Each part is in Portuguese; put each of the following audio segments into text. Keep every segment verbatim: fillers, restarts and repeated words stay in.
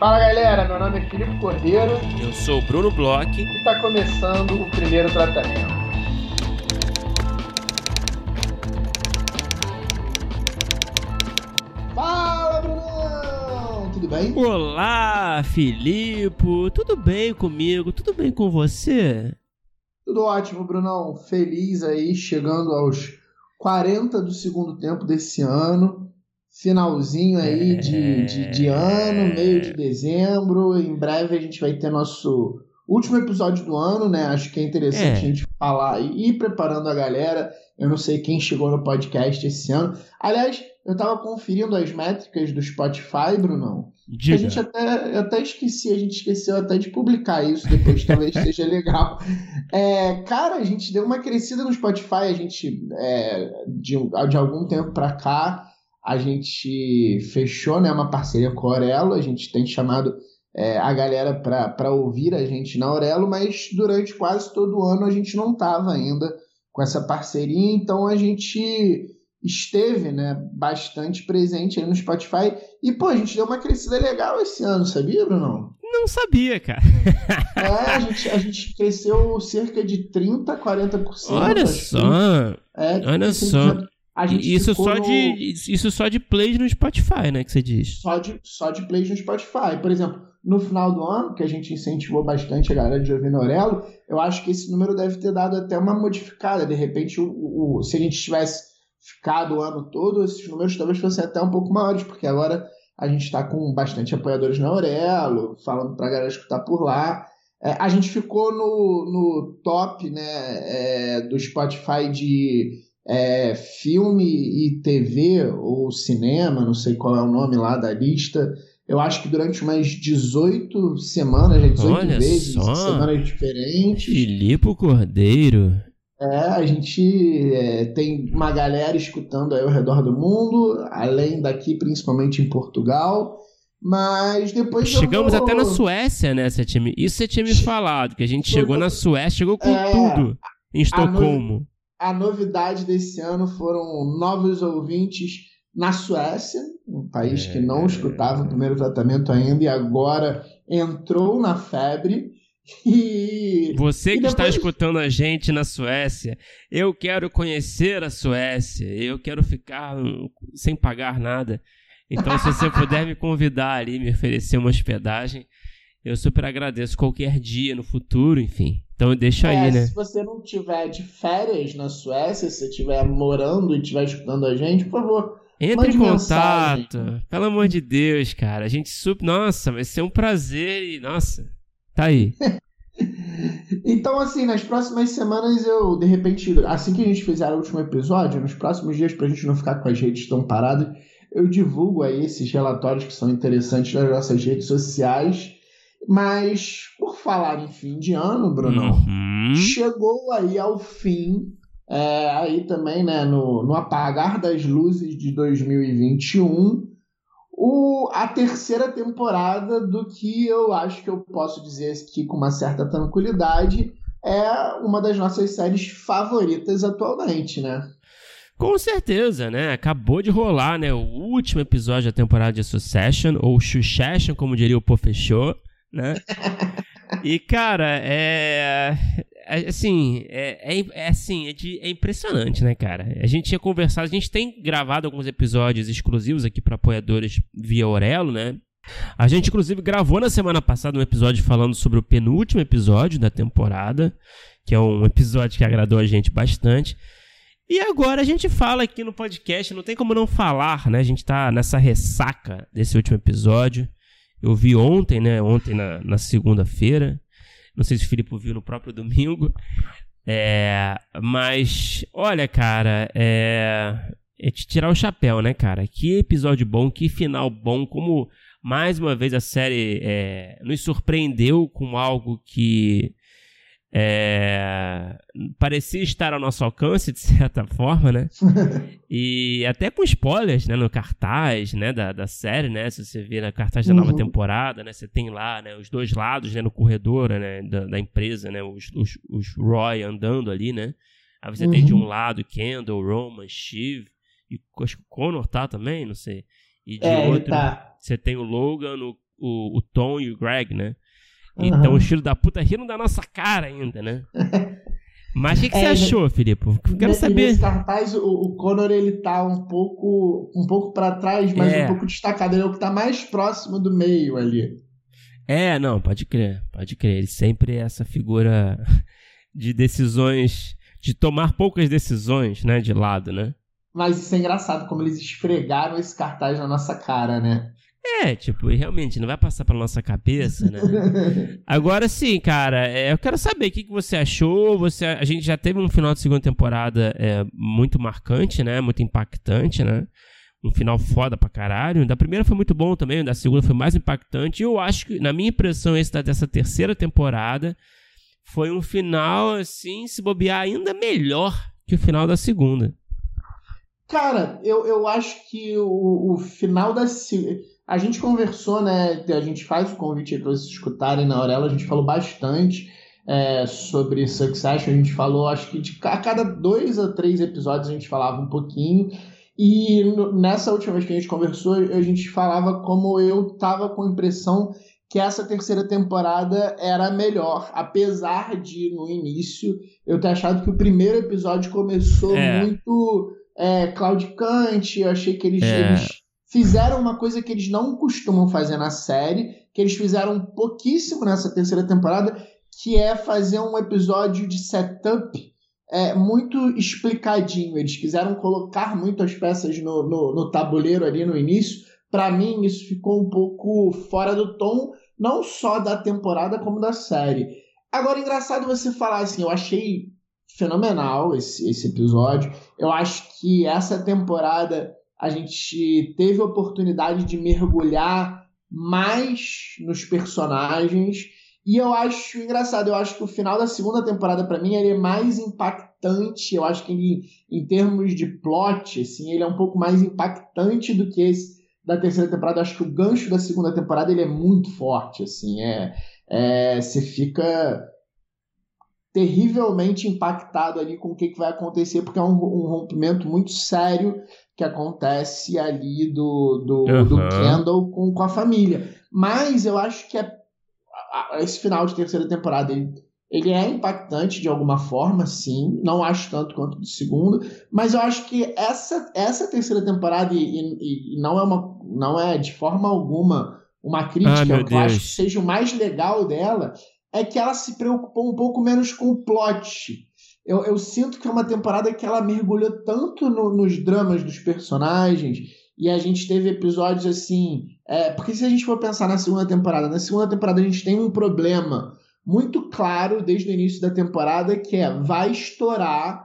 Fala galera, meu nome é Filipe Cordeiro. Eu sou o Bruno Bloch. E está começando o primeiro tratamento. Fala Brunão, tudo bem? Olá Filipe, tudo bem comigo? Tudo bem com você? Tudo ótimo, Brunão. Feliz aí, chegando aos quarenta do segundo tempo desse ano. Finalzinho aí de, de, de ano, meio de dezembro. Em breve a gente vai ter nosso último episódio do ano, né? Acho que é interessante é. a gente falar e ir preparando a galera. Eu não sei quem chegou no podcast esse ano. Aliás, eu tava conferindo as métricas do Spotify, Brunão. Diga. A gente até, eu até esqueci, a gente esqueceu até de publicar isso depois, talvez seja legal. É, cara, a gente deu uma crescida no Spotify, a gente, é, de, de algum tempo pra cá, a gente fechou, né, uma parceria com a Aurelo, a gente tem chamado é, a galera para ouvir a gente na Aurelo, mas durante quase todo o ano a gente não estava ainda com essa parceria, então a gente esteve, né, bastante presente aí no Spotify e, pô, a gente deu uma crescida legal esse ano, sabia, Bruno? Não sabia, cara. É, a gente, a gente cresceu cerca de trinta, quarenta por cento. Olha só, é, olha só. A gente isso, só no... de, isso só de plays no Spotify, né, que você diz? Só de, só de plays no Spotify. Por exemplo, no final do ano, que a gente incentivou bastante a galera de ouvir no Aurelo, eu acho que esse número deve ter dado até uma modificada. De repente, o, o, se a gente tivesse ficado o ano todo, esses números talvez fossem até um pouco maiores, porque agora a gente está com bastante apoiadores na Aurelo, falando para a galera escutar por lá. É, a gente ficou no, no top, né, é, do Spotify de... É, filme e T V ou cinema, não sei qual é o nome lá da lista. Eu acho que durante umas dezoito semanas, dezoito Olha vezes, só. semanas diferentes. Filipe Cordeiro. É, a gente é, tem uma galera escutando aí ao redor do mundo, além daqui, principalmente em Portugal. Mas depois chegamos vou... até na Suécia, né? Você tinha me... Isso você tinha me falado, que a gente chegou na Suécia, chegou com é, tudo em Estocolmo. A novidade desse ano foram novos ouvintes na Suécia, um país é... que não escutava o primeiro tratamento ainda e agora entrou na febre. E... Você e que depois... está escutando a gente na Suécia, eu quero conhecer a Suécia, eu quero ficar sem pagar nada. Então, se você puder me convidar ali, me oferecer uma hospedagem, eu super agradeço qualquer dia no futuro, enfim. Então deixa aí, é, né? Se você não tiver de férias na Suécia, se você estiver morando e estiver escutando a gente, por favor, entre em contato. Mensagem. Pelo amor de Deus, cara. A gente super... Nossa, vai ser um prazer e... Nossa, tá aí. Então, assim, nas próximas semanas eu, de repente, assim que a gente fizer o último episódio, nos próximos dias, pra gente não ficar com as redes tão paradas, eu divulgo aí esses relatórios que são interessantes nas nossas redes sociais. Mas, por falar em fim de ano, Bruno, uhum. chegou aí ao fim, é, aí também, né, no, no apagar das luzes de dois mil e vinte e um, o, a terceira temporada do que eu acho que eu posso dizer aqui com uma certa tranquilidade é uma das nossas séries favoritas atualmente, né? Com certeza, né? Acabou de rolar, né, o último episódio da temporada de Succession, ou Succession, como diria o Pofechô, né? E, cara, é... é assim, é, é, é, assim é, de, é impressionante, né, cara? A gente tinha conversado, a gente tem gravado alguns episódios exclusivos aqui para apoiadores via Aurelo, né? A gente, inclusive, gravou na semana passada um episódio falando sobre o penúltimo episódio da temporada, que é um episódio que agradou a gente bastante. E agora a gente fala aqui no podcast, não tem como não falar, né? A gente tá nessa ressaca desse último episódio. Eu vi ontem, né? Ontem na, na segunda-feira. Não sei se o Filipe viu no próprio domingo. É, mas, olha, cara, é, é te tirar o chapéu, né, cara? Que episódio bom, que final bom. Como, mais uma vez, a série é, nos surpreendeu com algo que é, parecia estar ao nosso alcance, de certa forma, né? E até com spoilers, né, no cartaz, né, da, da série, né? Se você vê na cartaz da nova uhum. temporada, né? Você tem lá, né, os dois lados, né, no corredor, né, da, da empresa, né? Os, os, os Roy andando ali, né? Aí você uhum. tem de um lado Kendall, Roman, Shiv, e acho que o Connor tá também, não sei. E de é, outro, tá. você tem o Logan, o o, o Tom e o Greg, né? Então uhum. os filhos da puta riram da nossa cara ainda, né? Mas o que, que é, você achou, Filipe? Eu quero saber. Nesse cartaz, o, o Connor, ele tá um pouco, um pouco pra trás, mas é. um pouco destacado. Ele é o que tá mais próximo do meio ali. É, não, pode crer, pode crer. Ele sempre é essa figura de decisões, de tomar poucas decisões, né, de lado, né? Mas isso é engraçado, como eles esfregaram esse cartaz na nossa cara, né? É, tipo, realmente, não vai passar pela nossa cabeça, né? Agora sim, cara, é, eu quero saber o que, que você achou. Você, a gente já teve um final de segunda temporada é, muito marcante, né? Muito impactante, né? Um final foda pra caralho. Da primeira foi muito bom também, da segunda foi mais impactante. E eu acho que, na minha impressão, esse dessa terceira temporada foi um final, assim, se bobear ainda melhor que o final da segunda. Cara, eu, eu acho que o, o final da... A gente conversou, né? A gente faz o convite para vocês escutarem na Aurelo. A gente falou bastante é, sobre Succession. A gente falou, acho que de, a cada dois a três episódios a gente falava um pouquinho. E no, nessa última vez que a gente conversou, a gente falava como eu tava com a impressão que essa terceira temporada era melhor. Apesar de, no início, eu ter achado que o primeiro episódio começou é. muito é, claudicante. Eu achei que eles... É. eles fizeram uma coisa que eles não costumam fazer na série, que eles fizeram pouquíssimo nessa terceira temporada, que é fazer um episódio de setup é, muito explicadinho. Eles quiseram colocar muito as peças no, no, no tabuleiro ali no início. Para mim, isso ficou um pouco fora do tom, não só da temporada, como da série. Agora, engraçado você falar assim, eu achei fenomenal esse, esse episódio. Eu acho que essa temporada... a gente teve a oportunidade de mergulhar mais nos personagens, e eu acho engraçado, eu acho que o final da segunda temporada, para mim, ele é mais impactante. Eu acho que ele, em termos de plot, assim, ele é um pouco mais impactante do que esse da terceira temporada. Eu acho que o gancho da segunda temporada ele é muito forte, assim, é, é, você fica terrivelmente impactado ali com o que, que vai acontecer, porque é um, um rompimento muito sério que acontece ali do, do, uhum. do Kendall com, com a família. Mas eu acho que é, esse final de terceira temporada ele, ele é impactante de alguma forma, sim. Não acho tanto quanto do segundo, mas eu acho que essa, essa terceira temporada, e, e, e não, é uma, não é de forma alguma uma crítica, ah, o que eu acho que seja o mais legal dela, é que ela se preocupou um pouco menos com o plot. Eu, eu sinto que é uma temporada que ela mergulhou tanto no, nos dramas dos personagens, e a gente teve episódios assim... É, porque se a gente for pensar na segunda temporada, na segunda temporada a gente tem um problema muito claro desde o início da temporada, que é, vai estourar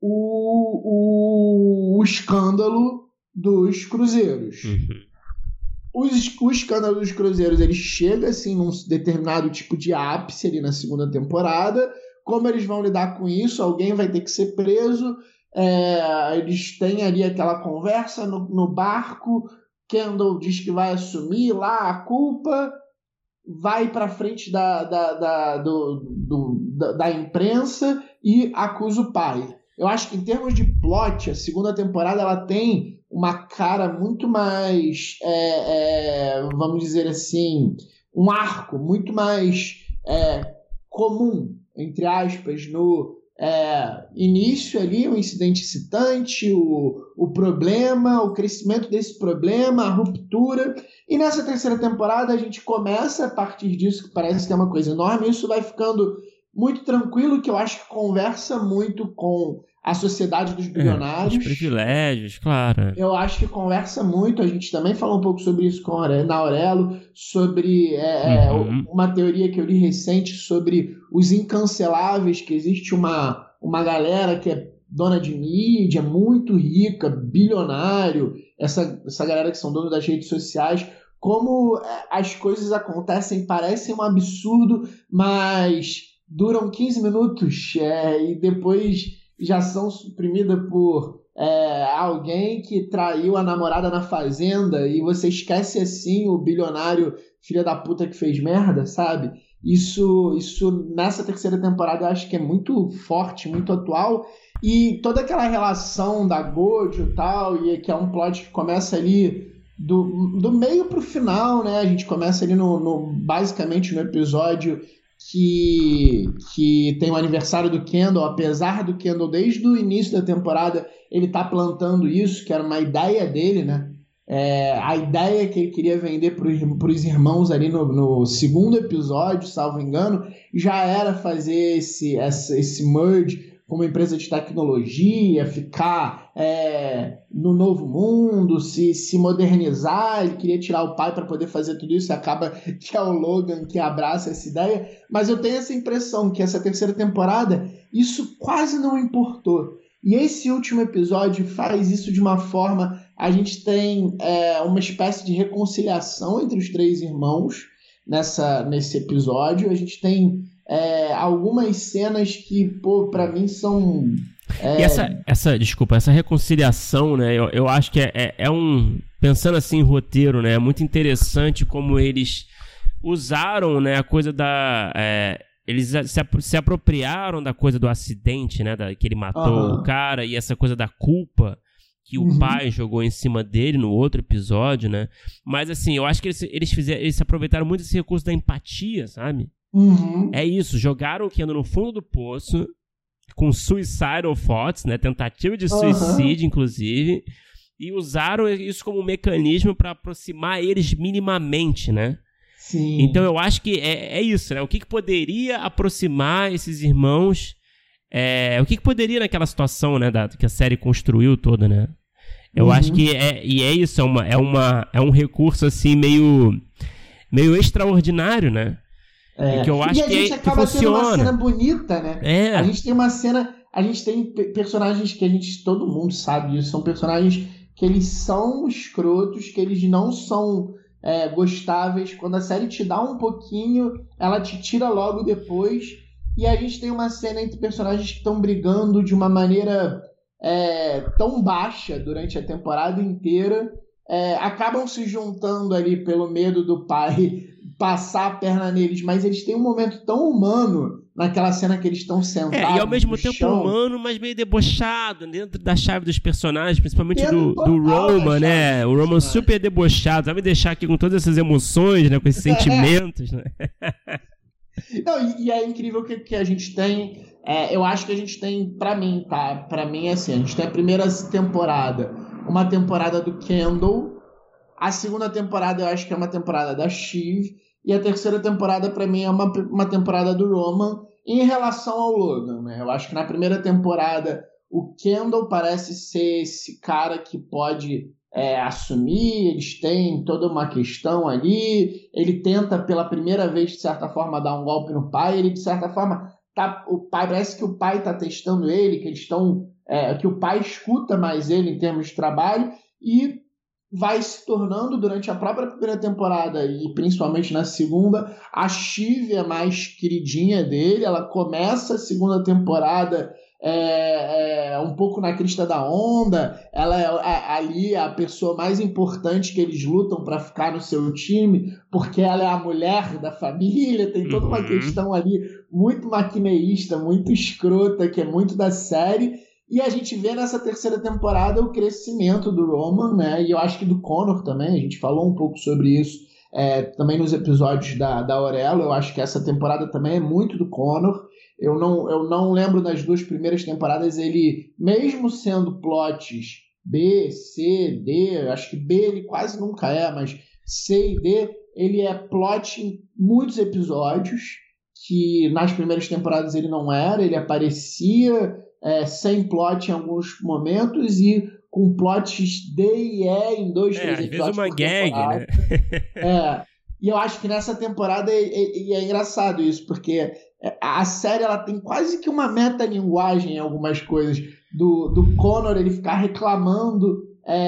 o, o, o escândalo dos cruzeiros. Uhum. Os, o escândalo dos cruzeiros, ele chega assim num determinado tipo de ápice ali na segunda temporada. Como eles vão lidar com isso? Alguém vai ter que ser preso. É, eles têm ali aquela conversa no, no barco. Kendall diz que vai assumir lá a culpa. Vai para frente da, da, da, do, do, da, da imprensa e acusa o pai. Eu acho que em termos de plot, a segunda temporada ela tem uma cara muito mais, é, é, vamos dizer assim, um arco muito mais é, comum, entre aspas, no é, início ali, o incidente excitante, o, o problema, o crescimento desse problema, a ruptura. E nessa terceira temporada a gente começa a partir disso, que parece que é uma coisa enorme, isso vai ficando muito tranquilo, que eu acho que conversa muito com a sociedade dos bilionários. É, os privilégios, claro. Eu acho que conversa muito, a gente também falou um pouco sobre isso com a, na Aurelo, sobre é, uhum. uma teoria que eu li recente sobre os incanceláveis, que existe uma, uma galera que é dona de mídia, muito rica, bilionário, essa, essa galera que são donos das redes sociais, como as coisas acontecem, parecem um absurdo, mas duram quinze minutos é, e depois já são suprimidas por é, alguém que traiu a namorada na fazenda, e você esquece assim o bilionário filho da puta que fez merda, sabe? Isso, isso nessa terceira temporada eu acho que é muito forte, muito atual, e toda aquela relação da Gojo e tal, e que é um plot que começa ali do, do meio pro final, né? A gente começa ali no, no basicamente no episódio que, que tem o aniversário do Kendall, apesar do Kendall, desde o início da temporada, ele tá plantando isso, que era uma ideia dele, né? É, a ideia que ele queria vender para os irmãos ali no, no segundo episódio, salvo engano, já era fazer esse, essa, esse merge com uma empresa de tecnologia, ficar é, no novo mundo, se, se modernizar. Ele queria tirar o pai para poder fazer tudo isso, e acaba que é o Logan que abraça essa ideia. Mas eu tenho essa impressão que essa terceira temporada, isso quase não importou. E esse último episódio faz isso de uma forma... A gente tem é, uma espécie de reconciliação entre os três irmãos nessa, nesse episódio. A gente tem é, algumas cenas que, pô, pra mim são... É... E essa, essa, desculpa, essa reconciliação, né, eu, eu acho que é, é, é um... Pensando assim em roteiro, né, é muito interessante como eles usaram, né, a coisa da... É, eles se, se apropriaram da coisa do acidente, né, da, que ele matou uhum. o cara, e essa coisa da culpa que o uhum. pai jogou em cima dele no outro episódio, né? Mas assim, eu acho que eles, eles, fizeram, eles se aproveitaram muito desse recurso da empatia, sabe? Uhum. É isso, jogaram o Kendall no fundo do poço, com suicidal thoughts, né? Tentativa de suicídio, uhum. inclusive, e usaram isso como um mecanismo para aproximar eles minimamente, né? Sim. Então eu acho que é, é isso, né? O que, que poderia aproximar esses irmãos... É, o que, que poderia naquela situação, né, da, que a série construiu toda, né? Eu uhum. acho que é, e é isso, é, uma, é, uma, é um recurso assim meio, meio extraordinário, né? É. E que eu acho e a que, gente é, acaba que tendo funciona. uma cena bonita, né? É. A gente tem uma cena, a gente tem personagens que a gente, todo mundo sabe disso, são personagens que eles são escrotos, que eles não são é, gostáveis. Quando a série te dá um pouquinho, ela te tira logo depois. E a gente tem uma cena entre personagens que estão brigando de uma maneira é, tão baixa durante a temporada inteira, é, acabam se juntando ali pelo medo do pai passar a perna neles, mas eles têm um momento tão humano naquela cena que eles estão sentados. É, e ao mesmo tempo chão. humano, mas meio debochado, dentro da chave dos personagens, principalmente do, do Roman, né? O Roman super debochado, vai me deixar aqui com todas essas emoções, né? Com esses sentimentos, né? Não, e, e é incrível que, que a gente tem, é, eu acho que a gente tem, pra mim, tá? Pra mim é assim, a gente tem a primeira temporada, uma temporada do Kendall, a segunda temporada eu acho que é uma temporada da Shiv, e a terceira temporada pra mim é uma, uma temporada do Roman em relação ao Logan, né? Eu acho que na primeira temporada o Kendall parece ser esse cara que pode... É, assumir, eles têm toda uma questão ali, ele tenta pela primeira vez, de certa forma, dar um golpe no pai, ele, de certa forma, tá, o pai, parece que o pai está testando ele, que eles estão, é, que o pai escuta mais ele em termos de trabalho, e vai se tornando, durante a própria primeira temporada, e principalmente na segunda, a Shiv é mais queridinha dele, ela começa a segunda temporada... É, é, um pouco na crista da onda, ela é, é ali a pessoa mais importante que eles lutam para ficar no seu time, porque ela é a mulher da família, tem toda uma uhum. questão ali muito maquineísta, muito escrota, que é muito da série, e a gente vê nessa terceira temporada o crescimento do Roman, né? E eu acho que do Connor também, a gente falou um pouco sobre isso é, também nos episódios da, da Aurelo. Eu acho que essa temporada também é muito do Connor. Eu não, eu não lembro nas duas primeiras temporadas ele, mesmo sendo plots B, C, D, acho que B ele quase nunca é, mas C e D, ele é plot em muitos episódios, que nas primeiras temporadas ele não era, ele aparecia é, sem plot em alguns momentos e com plots D e E em dois, é, três às episódios vezes uma por gag, temporada. né? É, e eu acho que nessa temporada é, é, é engraçado isso, porque a série ela tem quase que uma metalinguagem em algumas coisas, do, do Connor ele ficar reclamando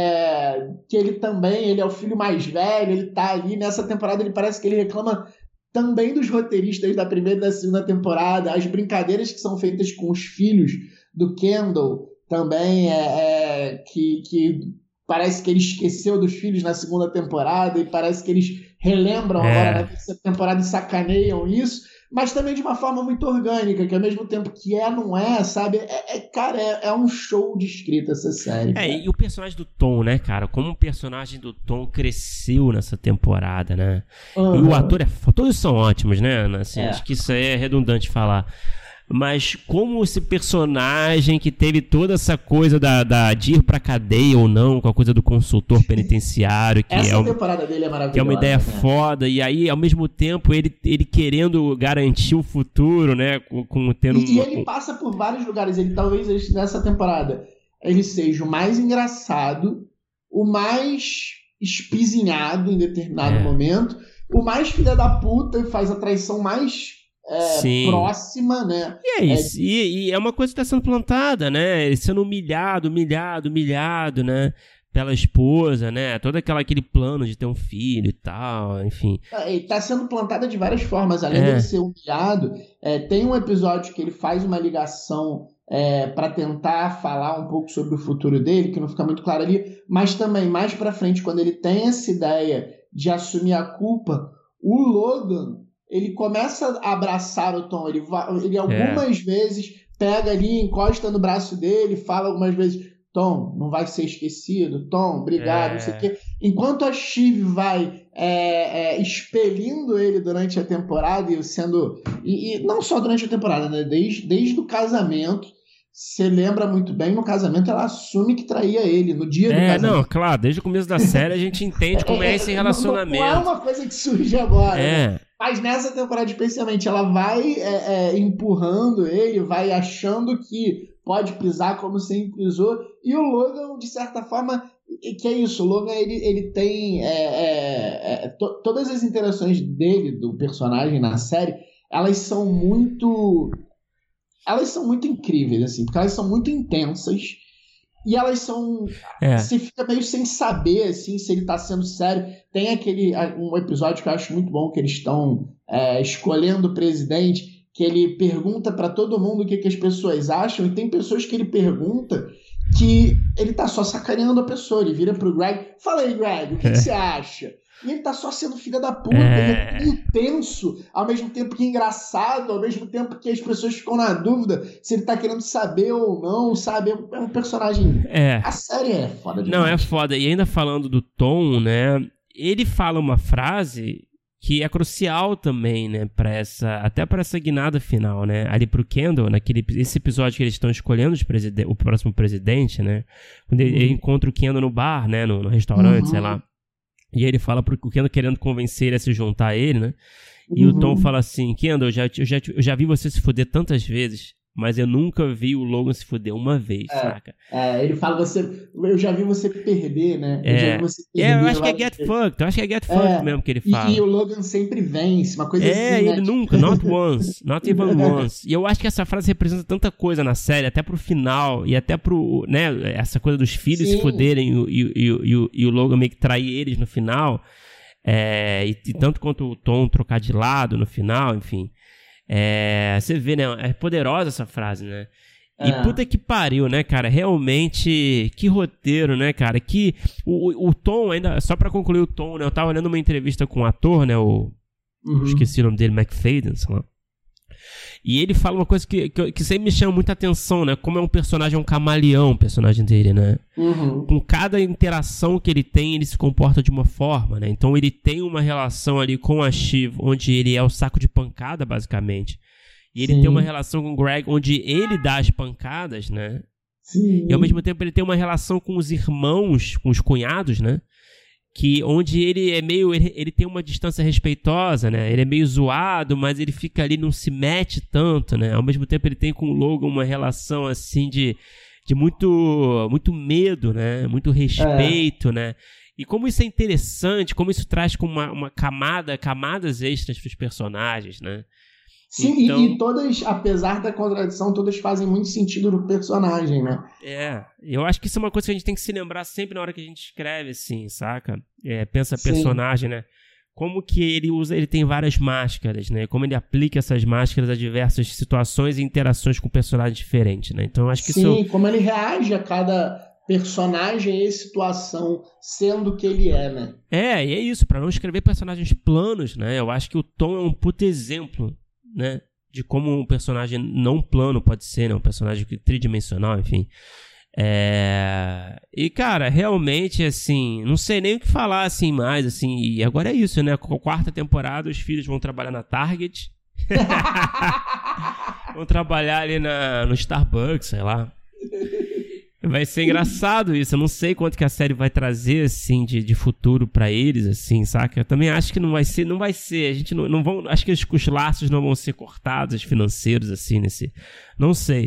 é, que ele também, ele é o filho mais velho, ele tá ali, nessa temporada ele parece que ele reclama também dos roteiristas da primeira e da segunda temporada, as brincadeiras que são feitas com os filhos do Kendall também, é, é, que, que parece que ele esqueceu dos filhos na segunda temporada e parece que eles relembram é. agora na terceira temporada e sacaneiam isso. mas também de uma forma muito orgânica, que ao mesmo tempo que é, não é, sabe? É, é, cara, é, é um show de escrita essa série. É, cara. E o personagem do Tom, né, cara? Como o personagem do Tom cresceu nessa temporada, né? Uhum. E o ator é... Todos são ótimos, né, Ana? Assim, é. Acho que isso aí é redundante falar. Mas como esse personagem que teve toda essa coisa da, da, de ir pra cadeia ou não, com a coisa do consultor penitenciário, que essa é, um, temporada dele é maravilhosa, que é uma ideia né? foda, e aí ao mesmo tempo ele, ele querendo garantir o futuro, né, com, com tendo e, um... e ele passa por vários lugares. Ele talvez nessa temporada ele seja o mais engraçado, o mais espizinhado em determinado é. momento, o mais filha da puta e faz a traição mais É, próxima, né? E é isso, é... E, e é uma coisa que está sendo plantada, né? Ele sendo humilhado, humilhado, humilhado, né? Pela esposa, né? Todo aquela, aquele plano de ter um filho e tal, enfim. Ele está sendo plantada de várias formas, além é. de ser humilhado. É, tem um episódio que ele faz uma ligação é, para tentar falar um pouco sobre o futuro dele, que não fica muito claro ali, mas também mais para frente, quando ele tem essa ideia de assumir a culpa, o Logan ele começa a abraçar o Tom, ele, vai, ele algumas é. vezes pega ali, encosta no braço dele, fala algumas vezes, Tom, não vai ser esquecido, Tom, obrigado, é. não sei o quê. Enquanto a Shiv vai é, é, expelindo ele durante a temporada, e sendo. E, e não só durante a temporada, né? Desde, desde o casamento. Você lembra muito bem, no casamento ela assume que traía ele, no dia do é, casamento. É, não, claro, desde o começo da série a gente entende como é, é esse relacionamento. Não, não é uma coisa que surge agora, é. né? Mas nessa temporada especialmente, ela vai é, é, empurrando ele, vai achando que pode pisar como sempre pisou, e o Logan, de certa forma, que é isso, o Logan ele, ele tem é, é, é, to, todas as interações dele, do personagem na série, elas são muito... elas são muito incríveis, assim, porque elas são muito intensas e elas são... É. Você fica meio sem saber, assim, se ele tá sendo sério. Tem aquele... um episódio que eu acho muito bom, que eles estão é, escolhendo o presidente, que ele pergunta pra todo mundo o que, que as pessoas acham, e tem pessoas que ele pergunta que ele tá só sacaneando a pessoa. Ele vira pro Greg, fala aí, Greg, o que, é. que você acha? E ele tá só sendo filha da puta, é... ele é intenso, ao mesmo tempo que engraçado, ao mesmo tempo que as pessoas ficam na dúvida se ele tá querendo saber ou não, sabe? É um personagem... É. A série é foda demais. Não, é foda. E ainda falando do Tom, né? Ele fala uma frase que é crucial também, né? Pra essa, até para essa guinada final, né? Ali pro Kendall, naquele esse episódio que eles estão escolhendo o próximo presidente, né? Quando ele, uhum. ele encontra o Kendall no bar, né? No, no restaurante, uhum. sei lá. E aí ele fala pro Kendall querendo convencer ele a se juntar a ele, né? E uhum. o Tom fala assim, Kendall, eu já, eu, já, eu já vi você se fuder tantas vezes, mas eu nunca vi o Logan se fuder uma vez, é, saca? É, ele fala, você, eu já vi você perder, né? Eu é, já vi você perder, é, eu acho que é get fucked, eu acho que é get fucked é, mesmo que ele fala. E, e o Logan sempre vence, uma coisa é, assim, É, ele né? nunca, not once, not even once. E eu acho que essa frase representa tanta coisa na série, até pro final, e até pro, né, essa coisa dos filhos Sim. se fuderem e, e, e, e, e o Logan meio que trair eles no final. É, e, e tanto quanto o Tom trocar de lado no final, enfim. É, você vê, né? É poderosa essa frase, né? E é. puta que pariu, né, cara? Realmente, que roteiro, né, cara? Que o, o Tom, ainda, só pra concluir o Tom, né? Eu tava olhando uma entrevista com um ator, né? O, uhum. Esqueci o nome dele, McFadden, sei lá. E ele fala uma coisa que, que, que sempre me chama muita atenção, né? Como é um personagem, é um camaleão, o personagem dele, né? Uhum. Com cada interação que ele tem, ele se comporta de uma forma, né? Então ele tem uma relação ali com a Shiv, onde ele é o saco de pancada, basicamente. E ele Sim. tem uma relação com o Greg, onde ele dá as pancadas, né? Sim. E ao mesmo tempo ele tem uma relação com os irmãos, com os cunhados, né? Que onde ele é meio, ele, ele tem uma distância respeitosa, né? Ele é meio zoado, mas ele fica ali, não se mete tanto, né? Ao mesmo tempo ele tem com o Logan uma relação assim de, de muito, muito medo, né? Muito respeito, é. né? E como isso é interessante, como isso traz com uma, uma camada, camadas extras para os personagens, né? Sim, então, e, e todas, apesar da contradição, todas fazem muito sentido no personagem, né? É, eu acho que isso é uma coisa que a gente tem que se lembrar sempre na hora que a gente escreve, assim, saca? É, pensa Sim. personagem, né? Como que ele usa, ele tem várias máscaras, né? Como ele aplica essas máscaras a diversas situações e interações com personagens diferentes, né? Então eu acho que Sim, isso... como ele reage a cada personagem e situação, sendo o que ele é, né? É, e é isso, pra não escrever personagens planos, né? Eu acho que o Tom é um puto exemplo né? De como um personagem não plano pode ser, né? Um personagem tridimensional, enfim. É... E, cara, realmente, assim, não sei nem o que falar, assim, mais, assim, e agora é isso, né? Com a quarta temporada, os filhos vão trabalhar na Target. Vão trabalhar ali na, no Starbucks, sei lá. Vai ser engraçado isso. Eu não sei quanto que a série vai trazer, assim, de, de futuro pra eles, assim, saca? Eu também acho que não vai ser, não vai ser. A gente não, não vão, acho que os, os laços não vão ser cortados, financeiros, assim, nesse... Não sei.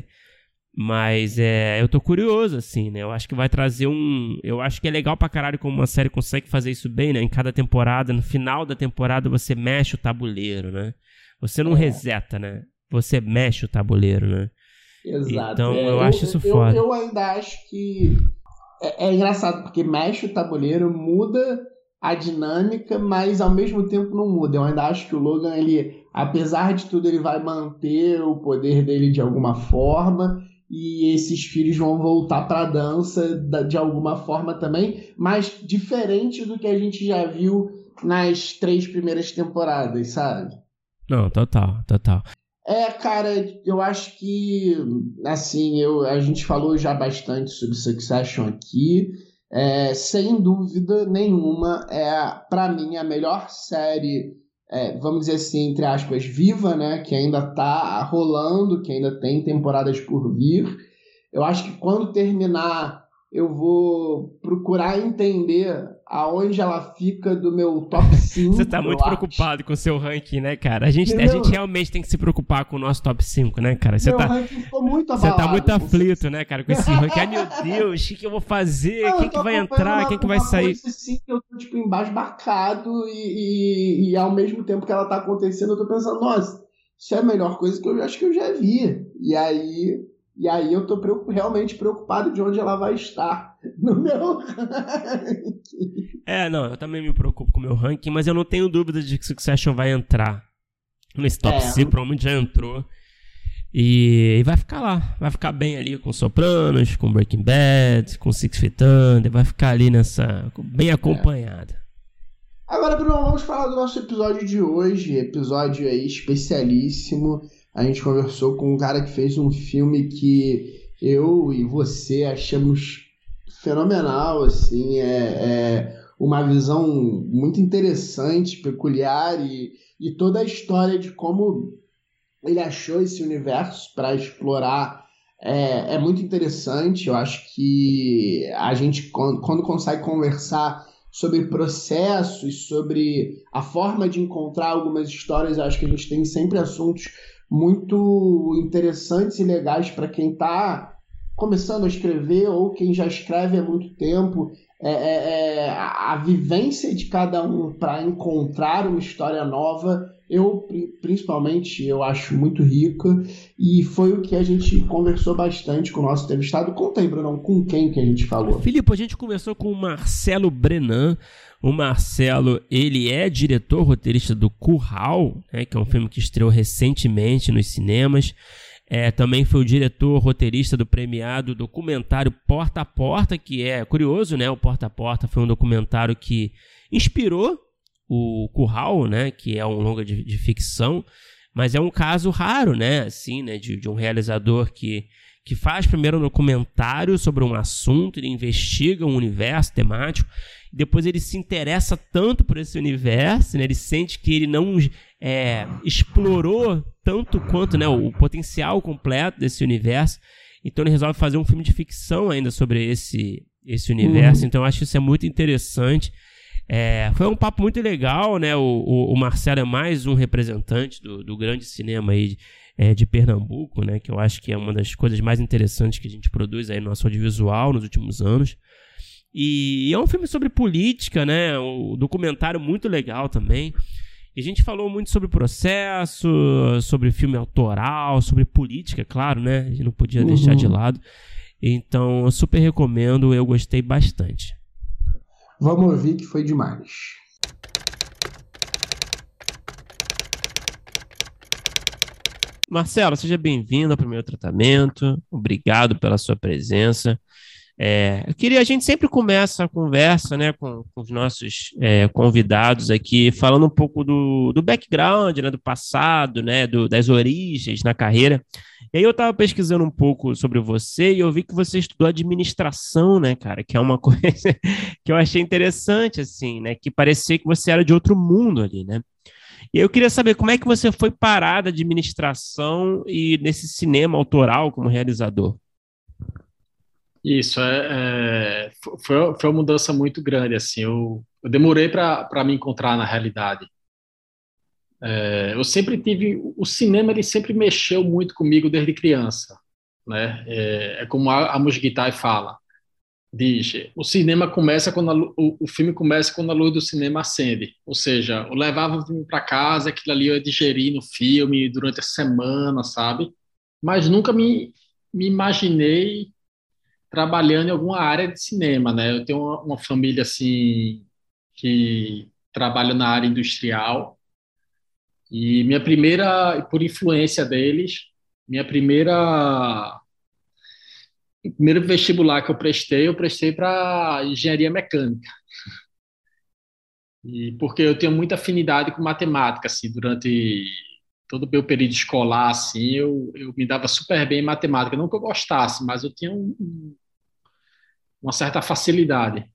Mas é, eu tô curioso, assim, né? Eu acho que vai trazer um... Eu acho que é legal pra caralho como uma série consegue fazer isso bem, né? Em cada temporada, no final da temporada, você mexe o tabuleiro, né? Você não é. reseta, né? Você mexe o tabuleiro, né? Exato. Então, é, eu, eu acho isso eu, foda. Eu, eu ainda acho que é, é engraçado, porque mexe o tabuleiro, muda a dinâmica, mas ao mesmo tempo não muda. Eu ainda acho que o Logan, ele, apesar de tudo, ele vai manter o poder dele de alguma forma, e esses filhos vão voltar pra dança de alguma forma também, mas diferente do que a gente já viu nas três primeiras temporadas, sabe? Não, total, total. É, cara, eu acho que, assim, eu, a gente falou já bastante sobre Succession aqui. É, sem dúvida nenhuma, é, pra mim, a melhor série, é, vamos dizer assim, entre aspas, viva, né? Que ainda tá rolando, que ainda tem temporadas por vir. Eu acho que quando terminar, eu vou procurar entender aonde ela fica do meu top cinco. Você tá muito preocupado com o seu ranking, né, cara? A gente, a gente realmente tem que se preocupar com o nosso top cinco, né, cara? Você meu tá, ranking ficou muito abalado. Você tá muito aflito, né, cara, com esse ranking. Ai, meu Deus, o que, que eu vou fazer? Não, quem que vai entrar? Quem que vai sair? Coisa assim, que eu tô, tipo, embasbacado e, e, e ao mesmo tempo que ela tá acontecendo, eu tô pensando, nossa, isso é a melhor coisa que eu acho que eu já vi. E aí... E aí eu tô preocup- realmente preocupado de onde ela vai estar no meu ranking. É, não, eu também me preocupo com o meu ranking, mas eu não tenho dúvida de que Succession vai entrar nesse top cinco, é. Provavelmente já entrou. E, e vai ficar lá, vai ficar bem ali com Sopranos, com Breaking Bad, com Six Feet Under, vai ficar ali nessa, bem acompanhada. É. Agora, Bruno, vamos falar do nosso episódio de hoje, episódio aí especialíssimo. A gente conversou com um cara que fez um filme que eu e você achamos fenomenal, assim, é, é uma visão muito interessante, peculiar, e, e toda a história de como ele achou esse universo para explorar é, é muito interessante. Eu acho que a gente, quando consegue conversar sobre processos, sobre a forma de encontrar algumas histórias, eu acho que a gente tem sempre assuntos muito interessantes e legais para quem está começando a escrever ou quem já escreve há muito tempo. É, é, é, a vivência de cada um para encontrar uma história nova, eu principalmente eu acho muito rica, e foi o que a gente conversou bastante com o nosso entrevistado. Conta aí, Bruno, com quem que a gente falou? Filipe, a gente conversou com o Marcelo Brenan. O Marcelo, ele é diretor roteirista do Curral, né, que é um filme que estreou recentemente nos cinemas. É, também foi o diretor roteirista do premiado documentário Porta a Porta, que é curioso, né? O Porta a Porta foi um documentário que inspirou o Curral, né? Que é um longa de, de ficção, mas é um caso raro, né? Assim, né? De, de um realizador que, que faz primeiro um documentário sobre um assunto, ele investiga um universo temático, depois ele se interessa tanto por esse universo, né? Ele sente que ele não é, explorou tanto quanto, né, o potencial completo desse universo, então ele resolve fazer um filme de ficção ainda sobre esse, esse universo. Uhum. Então eu acho que isso é muito interessante. É, foi um papo muito legal, né? O, o, o Marcelo é mais um representante do, do grande cinema aí, é, de Pernambuco, né? Que eu acho que é uma das coisas mais interessantes que a gente produz aí no nosso audiovisual nos últimos anos. E é um filme sobre política, né? Um documentário muito legal também. E a gente falou muito sobre processo, sobre filme autoral, sobre política, claro, né? A gente não podia uhum. deixar de lado. Então, eu super recomendo, eu gostei bastante. Vamos ouvir que foi demais. Marcelo, seja bem-vindo ao Primeiro Tratamento. Obrigado pela sua presença. É, eu queria, a gente sempre começa a conversa, né, com, com os nossos é, convidados aqui, falando um pouco do, do background, né, do passado, né, do, das origens na carreira. E aí eu estava pesquisando um pouco sobre você e eu vi que você estudou administração, né, cara, que é uma coisa que eu achei interessante, assim, né, que parecia que você era de outro mundo ali, né? E eu queria saber como é que você foi parar da administração e nesse cinema autoral como realizador. Isso, é, é, foi, foi uma mudança muito grande, assim, eu, eu demorei para me encontrar na realidade. É, eu sempre tive, o cinema ele sempre mexeu muito comigo desde criança, né? É, é como a, a Musguitai fala, diz, o cinema começa quando a, lu- o, o filme começa quando a luz do cinema acende, ou seja, eu levava o filme para casa, aquilo ali eu ia digerir no filme durante a semana, sabe? Mas nunca me, me imaginei trabalhando em alguma área de cinema, né? Eu tenho uma, uma família assim que trabalha na área industrial e minha primeira, por influência deles, minha primeira primeiro vestibular que eu prestei, eu prestei para engenharia mecânica. E porque eu tenho muita afinidade com matemática, assim, durante todo o meu período escolar, assim, eu, eu me dava super bem em matemática. Não que eu gostasse, mas eu tinha um, um, uma certa facilidade.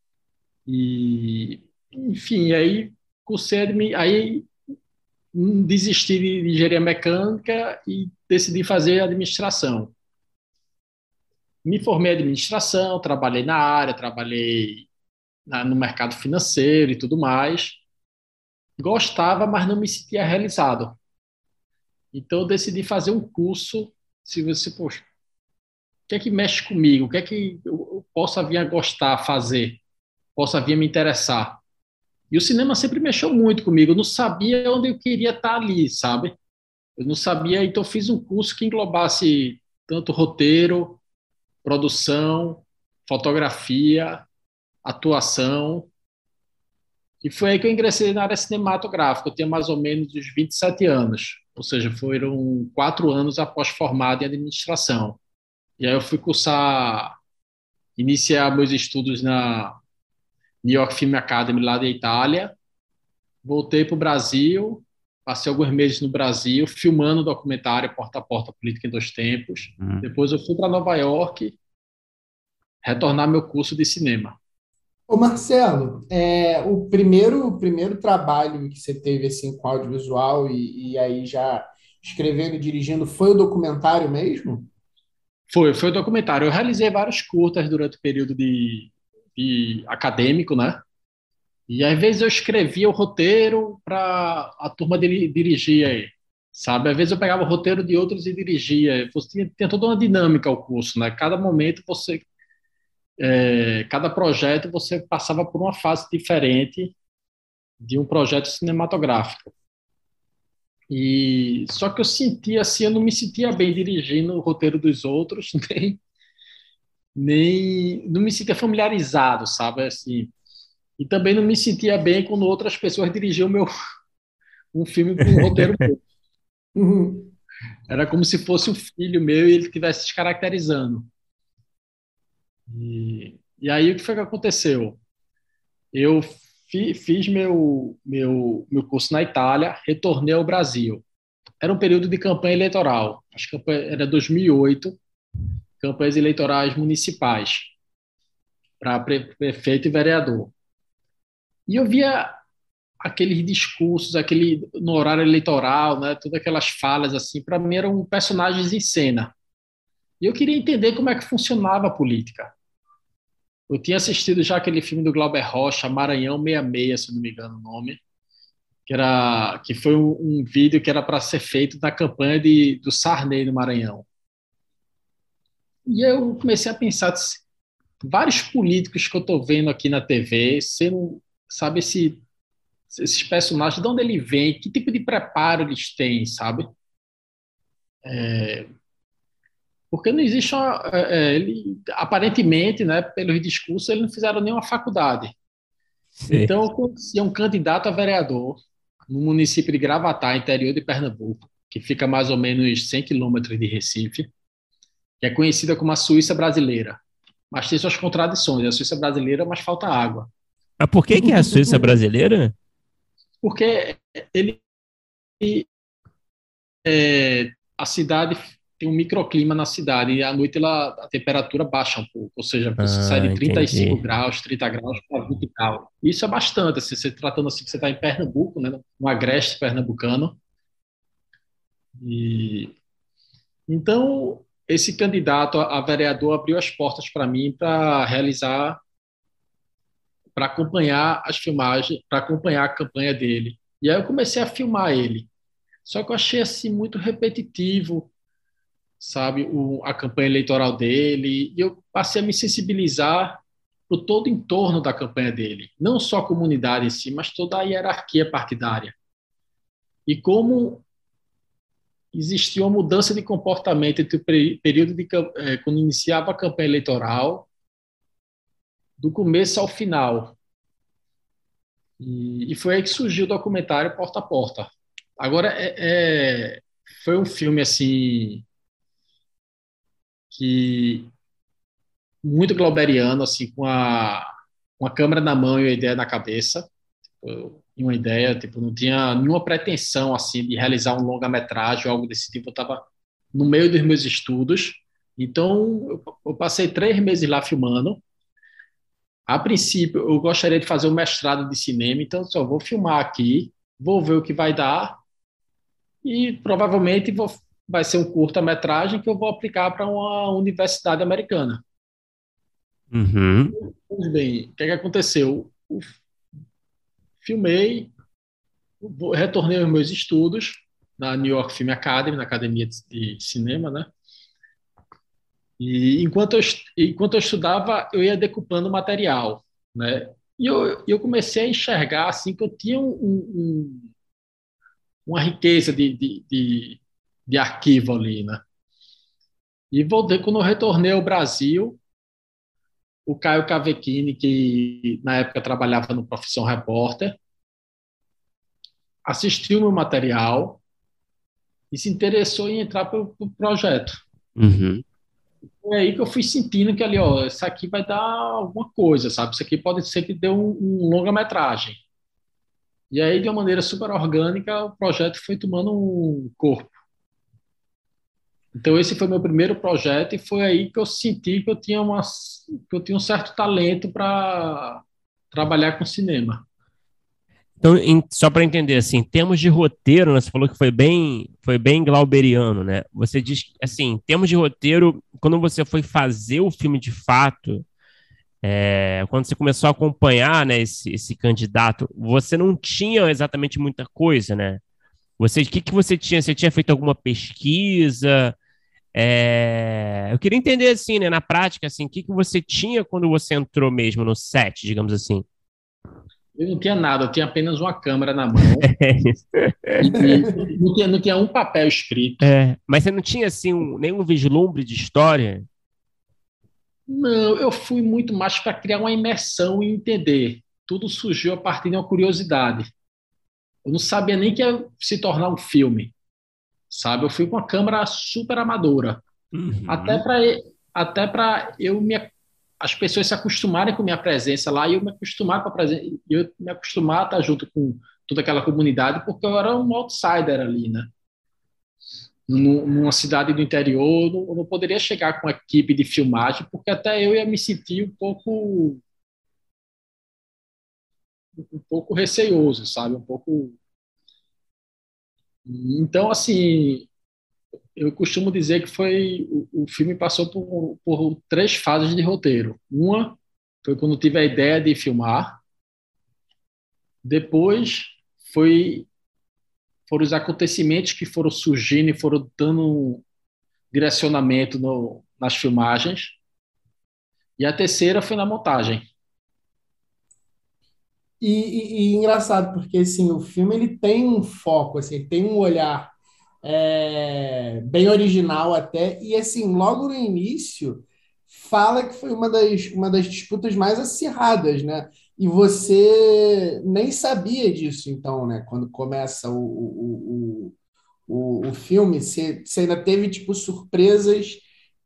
E, enfim, aí cursei, admi- aí hum, desisti de engenharia mecânica e decidi fazer administração. Me formei em administração, trabalhei na área, trabalhei na- no mercado financeiro e tudo mais. Gostava, mas não me sentia realizado. Então eu decidi fazer um curso. Se você, poxa, o que é que mexe comigo? O que é que eu eu possa vir a gostar, fazer? Possa vir a me interessar? E o cinema sempre mexeu muito comigo. Eu não sabia onde eu queria estar ali, sabe? Eu não sabia, então eu fiz um curso que englobasse tanto roteiro, produção, fotografia, atuação. E foi aí que eu ingressei na área cinematográfica. Eu tinha mais ou menos uns vinte e sete anos, ou seja, foram quatro anos após formado em administração. E aí eu fui cursar, iniciar meus estudos na New York Film Academy, lá da Itália. Voltei para o Brasil, passei alguns meses no Brasil, filmando o documentário Porta a Porta, Política em Dois Tempos. Hum. Depois eu fui para Nova York retornar meu curso de cinema. Ô Marcelo, é, o primeiro, o primeiro trabalho que você teve assim com audiovisual e, e aí já escrevendo e dirigindo foi o documentário mesmo? Foi, foi o documentário. Eu realizei vários curtas durante o período de, de acadêmico, né? E às vezes eu escrevia o roteiro para a turma diri- dirigir aí, sabe? Às vezes eu pegava o roteiro de outros e dirigia. Você tinha, tinha toda uma dinâmica o curso, né? Cada momento você, é, cada projeto você passava por uma fase diferente de um projeto cinematográfico. E só que eu sentia assim, eu não me sentia bem dirigindo o roteiro dos outros, nem, nem não me sentia familiarizado, sabe? Assim, e também não me sentia bem quando outras pessoas dirigiam meu um filme com um roteiro meu. Uhum. Era como se fosse um filho meu e ele estivesse descaracterizando. E, e aí o que foi que aconteceu? Eu fi, fiz meu, meu, meu curso na Itália, retornei ao Brasil. Era um período de campanha eleitoral. Acho que era dois mil e oito, campanhas eleitorais municipais para prefeito e vereador. E eu via aqueles discursos, aquele no horário eleitoral, né, todas aquelas falas assim, para mim eram personagens em cena. E eu queria entender como é que funcionava a política. Eu tinha assistido já aquele filme do Glauber Rocha, Maranhão sessenta e seis, se não me engano o nome, que era que foi um, um vídeo que era para ser feito na campanha de, do Sarney no Maranhão. E eu comecei a pensar, vários políticos que eu estou vendo aqui na T V, sendo, sabe, esse, esses personagens, de onde ele vem, que tipo de preparo eles têm, sabe? Porque não existe uma, é, é, ele, aparentemente, né, pelos discursos, eles não fizeram nenhuma faculdade. Sim. Então, eu conhecia um candidato a vereador no município de Gravatá, interior de Pernambuco, que fica a mais ou menos cem quilômetros de Recife, que é conhecida como a Suíça brasileira. mas tem suas contradições. A Suíça brasileira, mas falta água. Mas por que que é a Suíça brasileira? Porque ele, é, a cidade tem um microclima na cidade e à noite ela, a temperatura baixa um pouco, ou seja, você sai Ah, de trinta e cinco entendi. graus, trinta graus para vinte graus. Isso é bastante, assim, você tratando assim que você está em Pernambuco, né, no agreste pernambucano. E então esse candidato a a vereador abriu as portas para mim para realizar, para acompanhar as filmagens, para acompanhar a campanha dele. E aí eu comecei a filmar ele. Só que eu achei assim muito repetitivo, sabe, o, a campanha eleitoral dele, e eu passei a me sensibilizar por todo o entorno da campanha dele, não só a comunidade em si, mas toda a hierarquia partidária. E como existia uma mudança de comportamento entre o período de eh, quando iniciava a campanha eleitoral, do começo ao final. E, e foi aí que surgiu o documentário Porta a Porta. Agora, é, é, foi um filme assim que muito glauberiano, assim, com a, com a câmera na mão e a ideia na cabeça. Eu, e uma ideia, tipo, não tinha nenhuma pretensão, assim, de realizar um longa-metragem ou algo desse tipo. Eu estava no meio dos meus estudos. Então, eu, eu passei três meses lá filmando. A princípio, eu gostaria de fazer um mestrado de cinema, então só vou filmar aqui, vou ver o que vai dar e provavelmente vou, vai ser um curta-metragem que eu vou aplicar para uma universidade americana. Uhum. Pois bem, o que é que aconteceu? Eu filmei, vou- retornei aos meus estudos na New York Film Academy, na academia de, de cinema, né? E enquanto eu, est- enquanto eu estudava, eu ia decupando o material, né? E eu, eu comecei a enxergar assim que eu tinha um, um- uma riqueza de, de, de, de arquivo ali, né? E voltei, quando eu retornei ao Brasil, o Caio Cavechini, que na época trabalhava no Profissão Repórter, assistiu meu material e se interessou em entrar para o projeto. Uhum. Foi aí que eu fui sentindo que ali, ó, isso aqui vai dar alguma coisa, sabe? Isso aqui pode ser que dê um, um longa-metragem. E aí, de uma maneira super orgânica, o projeto foi tomando um corpo. Então, esse foi meu primeiro projeto e foi aí que eu senti que eu tinha, uma, que eu tinha um certo talento para trabalhar com cinema. Então, em- só para entender, assim, em termos de roteiro, né, você falou que foi bem, foi bem glauberiano, né? Você diz, que, assim, em termos de roteiro, quando você foi fazer o filme de fato, é, quando você começou a acompanhar, né, esse, esse candidato, você não tinha exatamente muita coisa, né? Você, o que que você tinha? Você tinha feito alguma pesquisa? É, eu queria entender, assim, né, na prática, assim, o que que você tinha quando você entrou mesmo no set, digamos assim. Eu não tinha nada, eu tinha apenas uma câmera na mão e, e não, tinha, não tinha um papel escrito. É, mas você não tinha assim um- nenhum vislumbre de história? Não, eu fui muito mais para criar uma imersão e entender. Tudo surgiu a partir de uma curiosidade. Eu não sabia nem que ia se tornar um filme, sabe? Eu fui com uma câmera super amadora, até Uhum. para até para eu me as pessoas se acostumarem com minha presença lá e eu me acostumar com a presença, eu me acostumar a estar junto com toda aquela comunidade, porque eu era um outsider ali, né? Num- Numa cidade do interior, eu não, eu não poderia chegar com a equipe de filmagem, porque até eu ia me sentir um pouco um pouco receoso, sabe? Um pouco. Então, assim, eu costumo dizer que foi o, o filme passou por, por três fases de roteiro. Uma foi quando tive a ideia de filmar. Depois foi foram os acontecimentos que foram surgindo e foram dando um direcionamento no, nas filmagens. E a terceira foi na montagem. E, e- e engraçado, porque assim, o filme ele tem um foco, assim, ele tem um olhar é, bem original até, e assim, logo no início, fala que foi uma das, uma das disputas mais acirradas, né? E você nem sabia disso, então, né? Quando começa o, o, o, o, o filme, você, você ainda teve, tipo, surpresas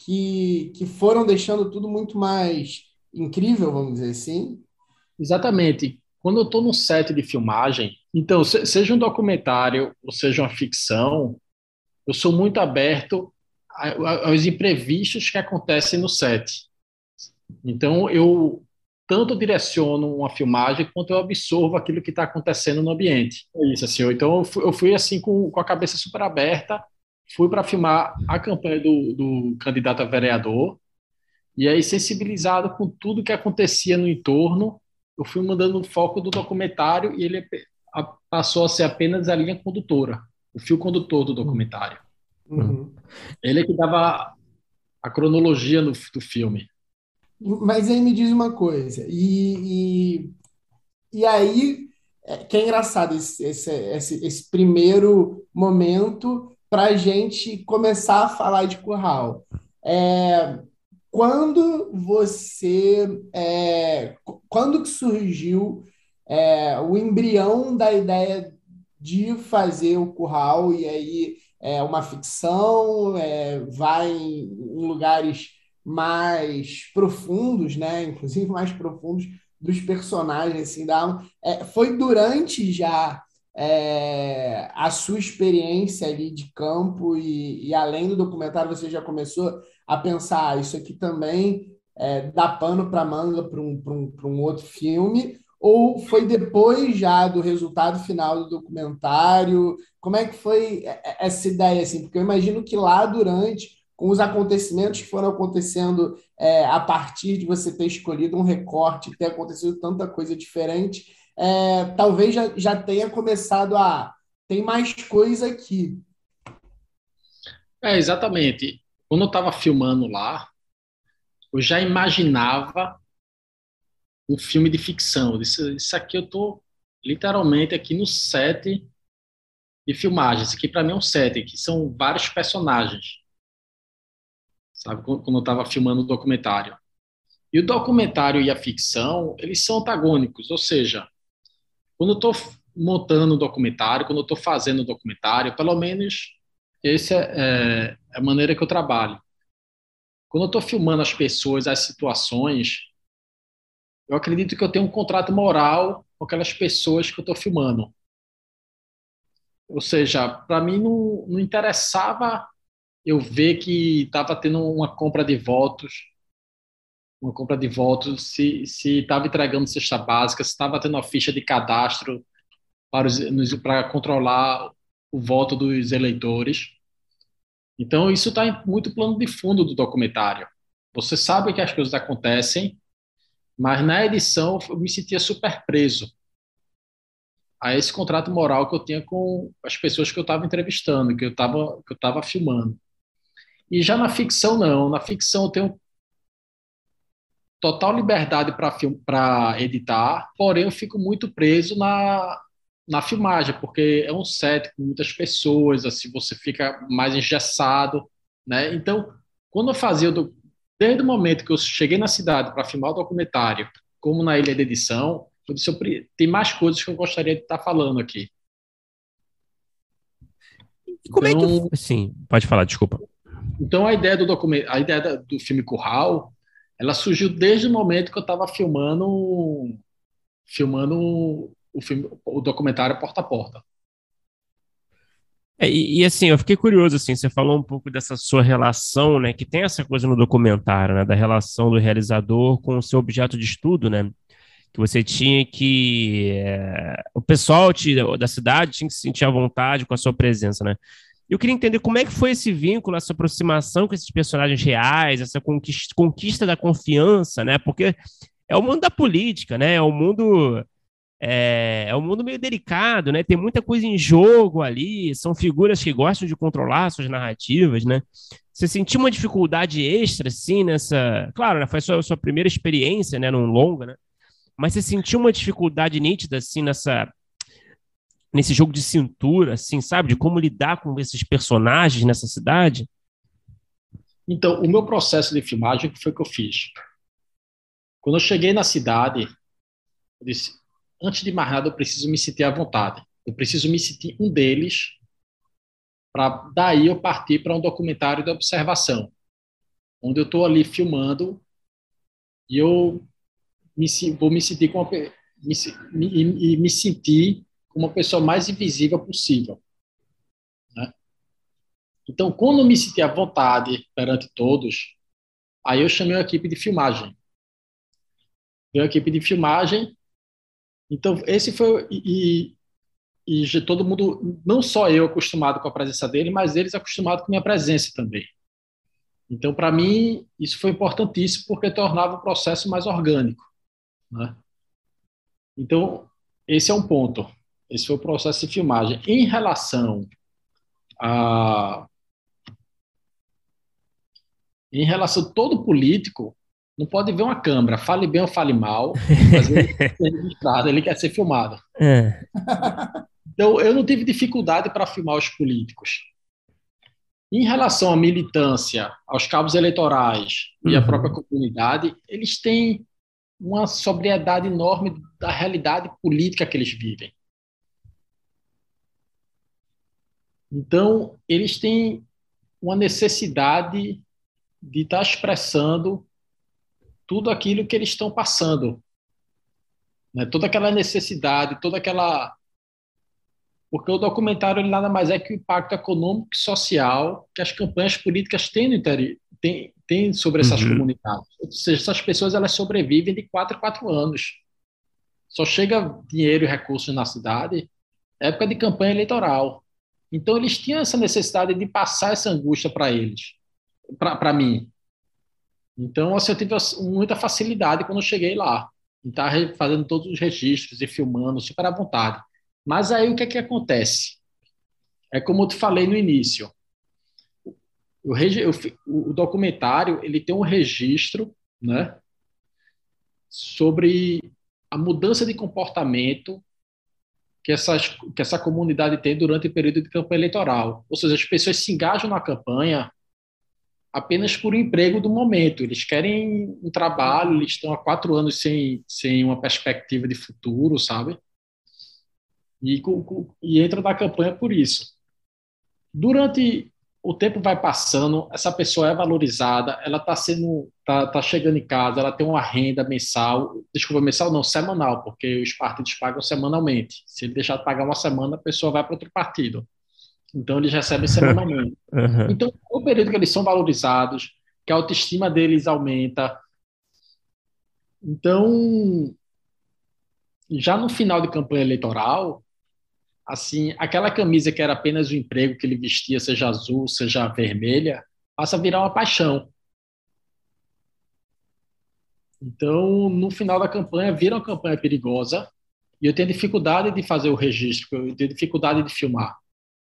que, que foram deixando tudo muito mais incrível, vamos dizer assim. Exatamente. Quando eu estou num set de filmagem, então, se- seja um documentário ou seja uma ficção, eu sou muito aberto a- a- aos imprevistos que acontecem no set. Então, eu tanto direciono uma filmagem quanto eu absorvo aquilo que está acontecendo no ambiente. É isso, assim. eu- Então, eu fui, eu fui, assim com, com a cabeça super aberta, fui para filmar a campanha do, do candidato a vereador, e aí, sensibilizado com tudo que acontecia no entorno, eu fui mudando o foco do documentário e ele a- passou a ser apenas a linha condutora, o fio condutor do Hum, documentário. hum. Uhum. Ele é que dava a cronologia no, do filme. Mas aí me diz uma coisa, e, e, e aí, é, que é engraçado esse, esse, esse, esse primeiro momento para a gente começar a falar de curral. É, quando você, é, qu- quando que surgiu é, o embrião da ideia de fazer o curral, e aí é uma ficção, é, vai em, em lugares mais profundos, né? Inclusive mais profundos dos personagens, assim, dá, é, foi durante já é, a sua experiência ali de campo e, e além do documentário você já começou a pensar, ah, isso aqui também é, dá pano para manga para um, para um, para um outro filme, ou foi depois já do resultado final do documentário? Como é que foi essa ideia, assim? Porque eu imagino que lá durante, com os acontecimentos que foram acontecendo é, a partir de você ter escolhido um recorte, ter acontecido tanta coisa diferente, é, talvez já, já tenha começado a... Tem mais coisa aqui. É, exatamente. Quando eu estava filmando lá, eu já imaginava um filme de ficção. Eu disse, isso aqui eu estou literalmente aqui no set de filmagem. Isso aqui para mim é um set, que são vários personagens, sabe? Quando quando eu estava filmando o documentário. E o documentário e a ficção, eles são antagônicos, ou seja, quando eu estou montando um documentário, quando eu estou fazendo um documentário, pelo menos essa é, é a maneira que eu trabalho. Quando eu estou filmando as pessoas, as situações, eu acredito que eu tenho um contrato moral com aquelas pessoas que eu estou filmando. Ou seja, para mim não, não interessava eu ver que estava tendo uma compra de votos, uma compra de votos, se se estava entregando cesta básica, se estava tendo uma ficha de cadastro para, os, para controlar o voto dos eleitores. Então, isso está muito plano de fundo do documentário. Você sabe que as coisas acontecem, mas na edição eu me sentia super preso a esse contrato moral que eu tinha com as pessoas que eu estava entrevistando, que eu estava que eu estava filmando. E já na ficção não, na ficção eu tenho total liberdade para para editar, porém eu fico muito preso na na filmagem, porque é um set com muitas pessoas, assim você fica mais engessado, né? Então, quando eu fazia do, desde o momento que eu cheguei na cidade para filmar o documentário, como na ilha de edição, eu disse, eu, tem mais coisas que eu gostaria de estar falando aqui. E como é que. Então, Sim, pode falar, desculpa. então a ideia do documento, a ideia da- do filme Curral, ela surgiu desde o momento que eu estava filmando filmando o filme, o documentário Porta a Porta. É, e, e, assim, eu fiquei curioso, assim, você falou um pouco dessa sua relação, né, que tem essa coisa no documentário, né, da relação do realizador com o seu objeto de estudo, né, que você tinha que, é, o pessoal te, da cidade tinha que se sentir à vontade com a sua presença, né. Eu queria entender como é que foi esse vínculo, essa aproximação com esses personagens reais, essa conquista, conquista da confiança, né, porque é o mundo da política, né, é o mundo é, é um mundo meio delicado, né? Tem muita coisa em jogo ali, são figuras que gostam de controlar suas narrativas, né? Você sentiu uma dificuldade extra, assim, nessa... Claro, né, foi a sua, sua primeira experiência, né, num longa, né? Mas você sentiu uma dificuldade nítida, assim, nessa... nesse jogo de cintura, assim, sabe? De como lidar com esses personagens nessa cidade? Então, o meu processo de filmagem, o que foi que eu fiz? Quando eu cheguei na cidade, eu disse, antes de mais nada, eu preciso me sentir à vontade. Eu preciso me sentir um deles, para daí eu partir para um documentário de observação. onde eu estou ali filmando e eu me, vou me sentir como uma, me, me, me sentir como uma pessoa mais invisível possível, né? Então, quando eu me senti à vontade perante todos, aí eu chamei a equipe de filmagem. Veio a equipe de filmagem. Então, esse foi... E, e, e todo mundo, não só eu acostumado com a presença dele, mas eles acostumados com a minha presença também. Então, para mim, isso foi importantíssimo porque tornava o processo mais orgânico, né? Então, esse é um ponto. Esse foi o processo de filmagem. Em relação a... Em relação a todo político, não pode ver uma câmera, fale bem ou fale mal, mas ele quer ser registrado, ele quer ser filmado. É. Então, eu não tive dificuldade para filmar os políticos. Em relação à militância, aos cabos eleitorais e à Uhum. própria comunidade, eles têm uma sobriedade enorme da realidade política que eles vivem. Então, eles têm uma necessidade de estar expressando tudo aquilo que eles estão passando, né? Toda aquela necessidade, toda aquela... Porque o documentário ele nada mais é que o impacto econômico e social que as campanhas políticas têm, no interior, têm, têm sobre essas Uhum. comunidades. Ou seja, essas pessoas elas sobrevivem de quatro em quatro anos. Só chega dinheiro e recursos na cidade na época de campanha eleitoral. Então, eles tinham essa necessidade de passar essa angústia para eles, para mim. Então, assim, eu tive muita facilidade quando eu cheguei lá. Estar fazendo todos os registros e filmando, super à vontade. Mas aí o que é que acontece? É como eu te falei no início. O, o documentário ele tem um registro, né, sobre a mudança de comportamento que, essas, que essa comunidade tem durante o período de campanha eleitoral. Ou seja, as pessoas se engajam na campanha apenas por um emprego do momento. Eles querem um trabalho, eles estão há quatro anos sem, sem uma perspectiva de futuro, sabe? E, e entram na campanha por isso. Durante o tempo vai passando, essa pessoa é valorizada, ela está sendo, tá, tá chegando em casa, ela tem uma renda mensal, desculpa, mensal não, semanal, porque os partidos pagam semanalmente. Se ele deixar de pagar uma semana, a pessoa vai para outro partido. Então, eles recebem semanalmente. Uhum. Então, no período que eles são valorizados, que a autoestima deles aumenta. Então, já no final de campanha eleitoral, assim, aquela camisa que era apenas o emprego que ele vestia, seja azul, seja vermelha, passa a virar uma paixão. Então, no final da campanha, vira uma campanha perigosa e eu tenho dificuldade de fazer o registro, eu tenho dificuldade de filmar.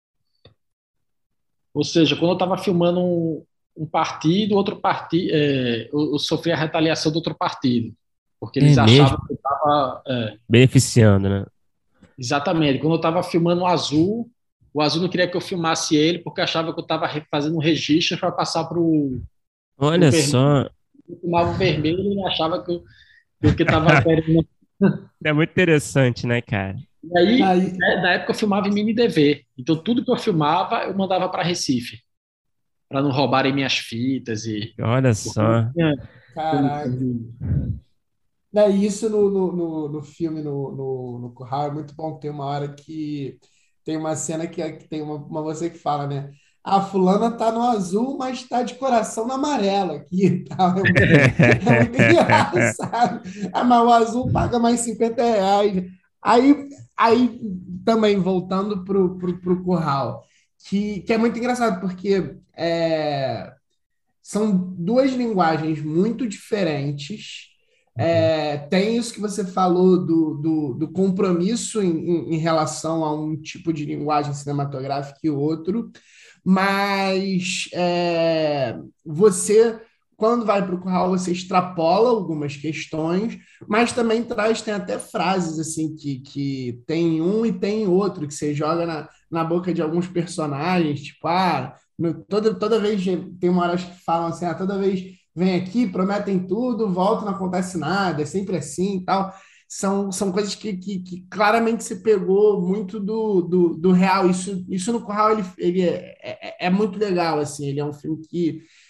Ou seja, quando eu estava filmando um, um partido, outro partido, é, eu, eu sofri a retaliação do outro partido, porque eles É achavam mesmo? que eu estava... É, beneficiando, né? exatamente. Quando eu estava filmando o azul, o azul não queria que eu filmasse ele, porque achava que eu estava fazendo um registro para passar para o Olha vermelho. só. Eu filmava o vermelho e ele achava que eu estava querendo... É muito interessante, né, cara? E aí, Aí, né, na época, eu filmava em mini D V. Então, tudo que eu filmava, eu mandava para Recife, para não roubarem minhas fitas. E... Olha Porque não só. tinha caraca. condição de... Daí isso no, no, no, no filme, no, no, no Curral, é muito bom que tem uma hora que tem uma cena que, que tem uma, uma você que fala, né? A fulana tá no azul, mas tá de coração no amarelo aqui e tal. É muito, é muito engraçado. Ah, mas o azul paga mais cinquenta reais. Aí, aí também, voltando pro, pro, pro Curral, que, que é muito engraçado, porque é, são duas linguagens muito diferentes. É, tem isso que você falou do, do, do compromisso em, em, em relação a um tipo de linguagem cinematográfica e outro, mas é, você, quando vai para o Curral, você extrapola algumas questões, mas também traz, tem até frases assim que, que tem um e tem outro, que você joga na, na boca de alguns personagens, tipo, ah, no, toda, toda vez tem uma hora que falam assim, ah, toda vez vem aqui, prometem tudo, volta, não acontece nada, é sempre assim e tal. São, são coisas que, que, que claramente se pegou muito do, do, do real. Isso, isso no Curral ele, ele é, é, é muito legal, assim. Ele é um filme que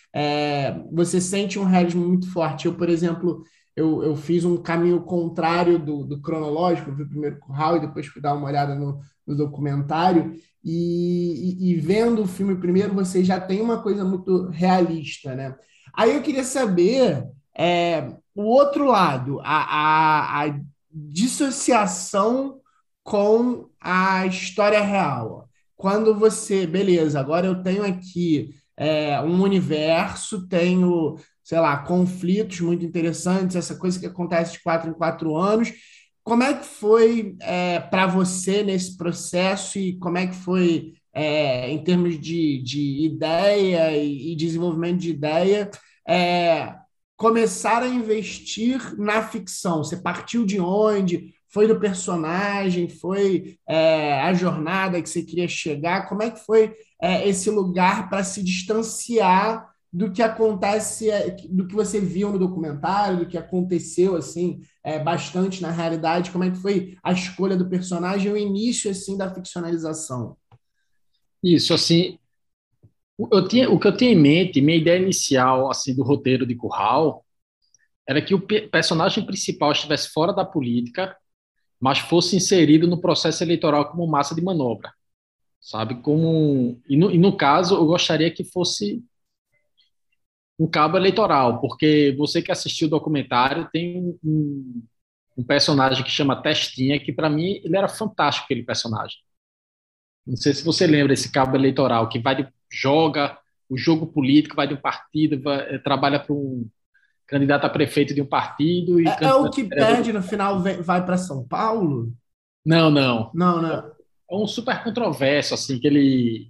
É, você sente um realismo muito forte. Eu, por exemplo, eu, eu fiz um caminho contrário do, do cronológico, eu vi primeiro Curral e depois fui dar uma olhada no, no documentário, e, e, e vendo o filme primeiro, você já tem uma coisa muito realista, né? Aí eu queria saber é, o outro lado, a, a, a dissociação com a história real. Quando você, beleza, agora eu tenho aqui é, um universo, tenho, sei lá, conflitos muito interessantes, essa coisa que acontece de quatro em quatro anos. Como é que foi é, para você nesse processo e como é que foi é, em termos de, de ideia e, e desenvolvimento de ideia? É, começar a investir na ficção. Você partiu de onde? Foi do personagem? Foi é, a jornada que você queria chegar? Como é que foi é, esse lugar para se distanciar do que acontece, é, do que você viu no documentário, do que aconteceu assim é, bastante na realidade? Como é que foi a escolha do personagem, o início assim da ficcionalização? Isso, assim, eu tinha, o que eu tinha em mente, minha ideia inicial, assim, do roteiro de Curral, era que o pe- personagem principal estivesse fora da política, mas fosse inserido no processo eleitoral como massa de manobra, sabe? Como, e, no, e no caso, eu gostaria que fosse um cabo eleitoral, porque você que assistiu o documentário tem um, um um personagem que chama Testinha, que para mim ele era fantástico, aquele personagem. Não sei se você lembra esse cabo eleitoral que vai de, joga o jogo político, vai de um partido, vai, eh, trabalha para um candidato a prefeito de um partido e É, é o candidato que a vereador. perde no final, vem- vai para São Paulo? Não, não. Não, né? É um super controverso, assim, que ele.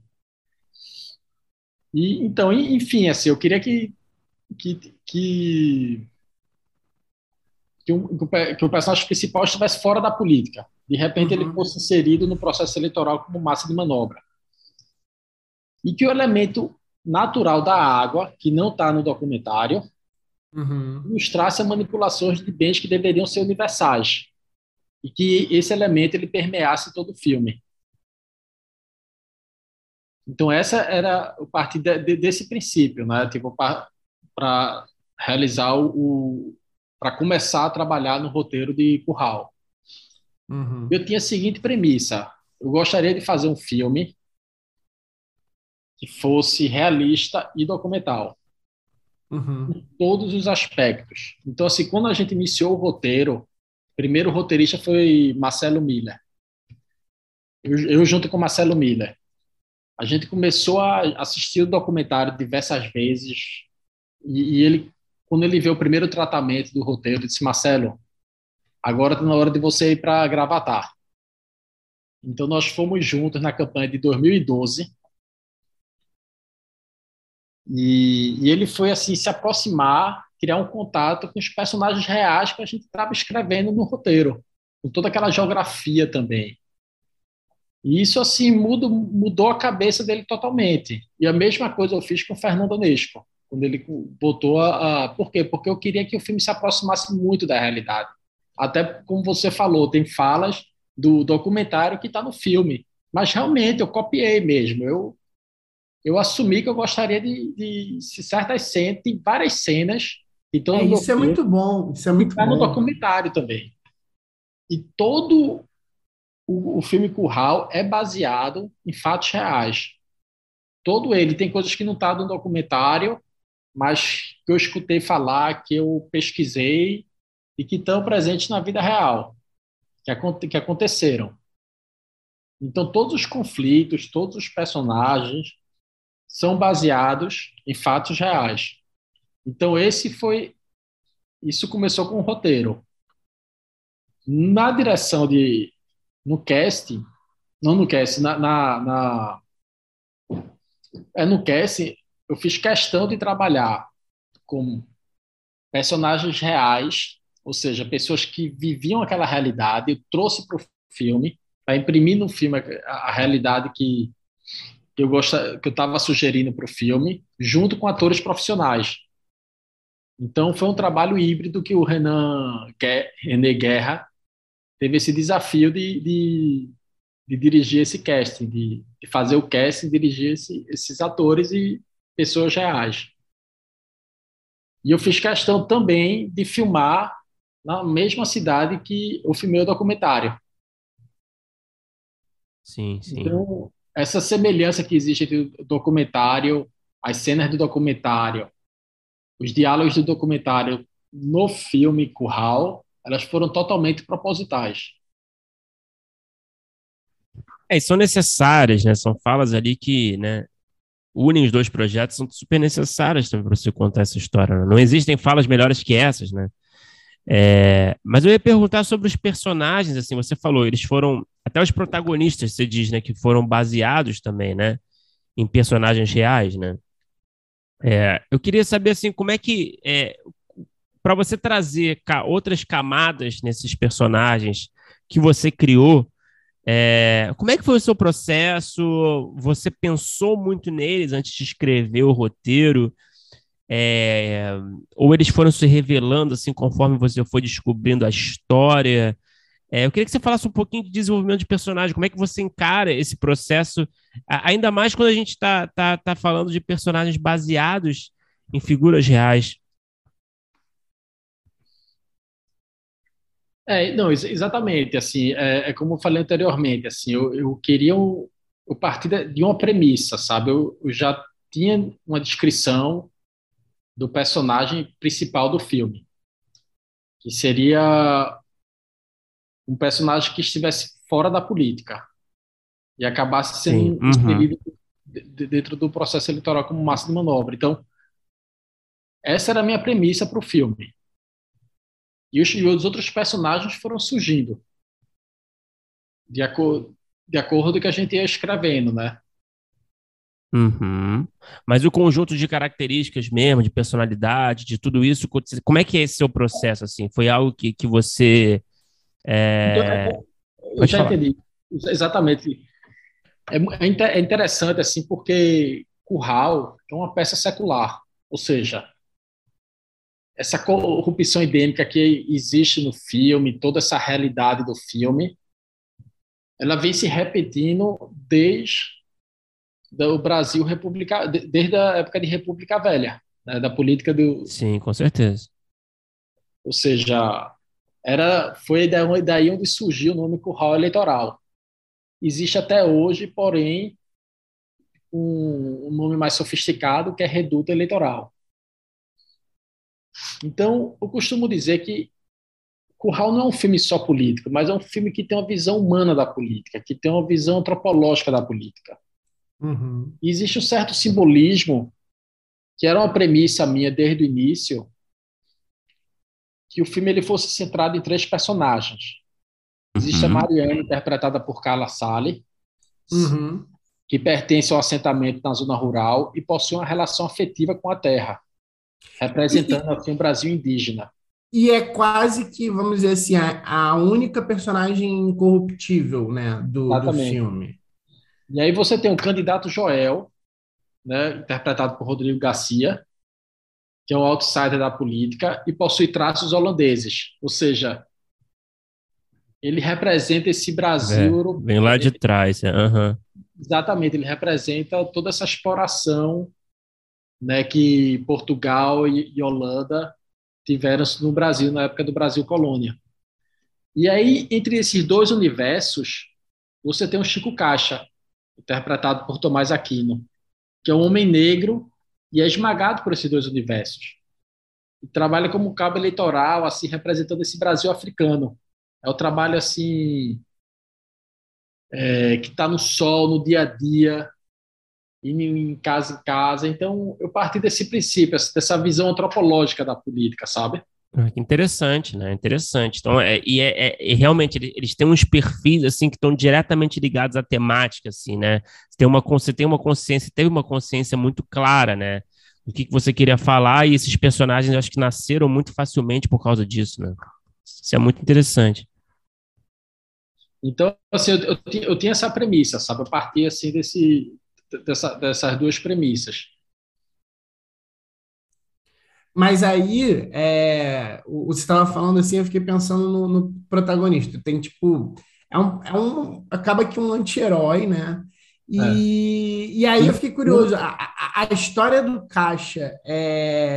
E, então, e- enfim, assim, eu queria que, que, que, que, o, que o pe- que o personagem principal estivesse fora da política. De repente, ele Uhum, fosse inserido no processo eleitoral como massa de manobra. E que o elemento natural da água, que não está no documentário, uhum. ilustrasse as manipulações de bens que deveriam ser universais. E que esse elemento ele permeasse todo o filme. Então, essa era a partir de, de, desse princípio, né? Tipo, para realizar o. Para começar a trabalhar no roteiro de Curral. Eu Uhum, tinha a seguinte premissa: eu gostaria de fazer um filme que fosse realista e documental, uhum, em todos os aspectos. Então, assim, quando a gente iniciou o roteiro, o primeiro roteirista foi Marcelo Miller. Eu, eu junto com Marcelo Miller. A gente começou a assistir o documentário diversas vezes e, e ele, quando ele vê o primeiro tratamento do roteiro, ele disse: Marcelo, agora está na hora de você ir para Gravatar. Então nós fomos juntos na campanha de dois mil e doze e, e ele foi assim se aproximar, criar um contato com os personagens reais que a gente estava escrevendo no roteiro, com toda aquela geografia também. E isso assim muda, mudou a cabeça dele totalmente. E a mesma coisa eu fiz com o Fernando Onesco, quando ele botou a, a... Por quê? Porque eu queria que o filme se aproximasse muito da realidade. Até como você falou, tem falas do documentário que está no filme. Mas realmente eu copiei mesmo. Eu, eu assumi que eu gostaria de, de se certas cenas, tem várias cenas que estão é, no meu isso é filme muito bom, isso é e muito está no bom. documentário também. E todo o, o filme Curral é baseado em fatos reais. Todo ele tem coisas que não estão tá no documentário, mas que eu escutei falar, que eu pesquisei e que estão presentes na vida real, que, que aconteceram. Então, todos os conflitos, todos os personagens são baseados em fatos reais. Então, esse foi. Isso começou com o roteiro. Na direção de. No casting, não no casting, na, na, na é no casting, eu fiz questão de trabalhar com personagens reais, ou seja, pessoas que viviam aquela realidade. Eu trouxe para o filme, para imprimir no filme a, a realidade que, que eu gosta, que eu estava sugerindo para o filme, junto com atores profissionais. Então foi um trabalho híbrido que o Renan René Guerra teve esse desafio de, de, de dirigir esse casting, de, de fazer o casting, dirigir esse, esses atores e pessoas reais. E eu fiz questão também de filmar na mesma cidade que eu filmei o documentário. Sim, sim. Então, essa semelhança que existe entre o documentário, as cenas do documentário, os diálogos do documentário no filme Curral, elas foram totalmente propositais. É, e são necessárias, né? São falas ali que, né, unem os dois projetos, são super necessárias também para você contar essa história, né? Não existem falas melhores que essas, né? É, mas eu ia perguntar sobre os personagens, assim, você falou, eles foram, até os protagonistas, você diz, né, que foram baseados também, né, em personagens reais, né? É, eu queria saber, assim, como é que, é, para você trazer ca- outras camadas nesses personagens que você criou, é, como é que foi o seu processo? Você pensou muito neles antes de escrever o roteiro? É, ou eles foram se revelando assim conforme você foi descobrindo a história? É, eu queria que você falasse um pouquinho de desenvolvimento de personagem, como é que você encara esse processo, a- ainda mais quando a gente está tá, tá falando de personagens baseados em figuras reais. É, não, ex- exatamente, assim, é, é como eu falei anteriormente, assim, eu, eu queria, um, eu partir de de uma premissa, sabe? Eu, eu já tinha uma descrição do personagem principal do filme, que seria um personagem que estivesse fora da política e acabasse Sim. sendo Uhum. inserido de- de- dentro do processo eleitoral como massa de manobra. Então, essa era a minha premissa para o filme. E os, e os outros personagens foram surgindo de, aco de acordo com o que a gente ia escrevendo, né? Uhum. Mas o conjunto de características mesmo, de personalidade, de tudo isso, como é que é esse seu processo, assim? Foi algo que, que você... Então, é, eu Pode já falar. entendi. Exatamente. É, mu- é inte- é interessante, assim, porque Curral é uma peça secular. Ou seja, essa corrupção endêmica que existe no filme, toda essa realidade do filme, ela vem se repetindo desde o Brasil republica, de- desde a época de República Velha, né, da política do, Sim, com certeza. ou seja, era foi daí daí onde surgiu o nome Curral Eleitoral. Existe até hoje, porém, um, um nome mais sofisticado que é Reduto Eleitoral. Então, eu costumo dizer que Curral não é um filme só político, mas é um filme que tem uma visão humana da política, que tem uma visão antropológica da política. Uhum. E existe um certo simbolismo, que era uma premissa minha desde o início, que o filme ele fosse centrado em três personagens. Existe a Uhum. Mariana, interpretada por Carla Sally, Uhum. que pertence ao assentamento na zona rural e possui uma relação afetiva com a terra, E, representando e, assim o Brasil indígena. e é quase que, vamos dizer assim, a, a única personagem incorruptível, né, do, do Exatamente. filme. E aí você tem o candidato Joel, né, interpretado por Rodrigo Garcia, que é um outsider da política e possui traços holandeses, ou seja, ele representa esse Brasil É, europeu. vem lá de trás. É, aham. Exatamente, ele representa toda essa exploração, né, que Portugal e, e Holanda tiveram no Brasil na época do Brasil colônia. E aí, entre esses dois universos, você tem o Chico Caixa, interpretado por Tomás Aquino, que é um homem negro e é esmagado por esses dois universos. E trabalha como cabo eleitoral, assim, representando esse Brasil africano. É o trabalho, assim, é, que está no sol, no dia a dia, indo em casa em casa. Então, eu parti desse princípio, dessa visão antropológica da política, sabe? Ah, que interessante, né? Interessante. Então, é, e é, é- e realmente ele- eles têm uns perfis assim que estão diretamente ligados à temática, assim, né? Você tem uma, con- você tem uma consciência, teve uma consciência muito clara, né? Do que, que você queria falar, e esses personagens eu acho que nasceram muito facilmente por causa disso, né? Isso é muito interessante. Então, assim, eu, eu, tinha, eu tinha essa premissa, sabe? Eu parti, assim, desse, dessa, dessas duas premissas. Mas aí, é, o, o- você estava falando assim, eu fiquei pensando no, no protagonista. Tem tipo, é um, é um, acaba que um anti-herói, né? É. E, e aí eu E fiquei um, curioso, a, a, a história do Caixa é,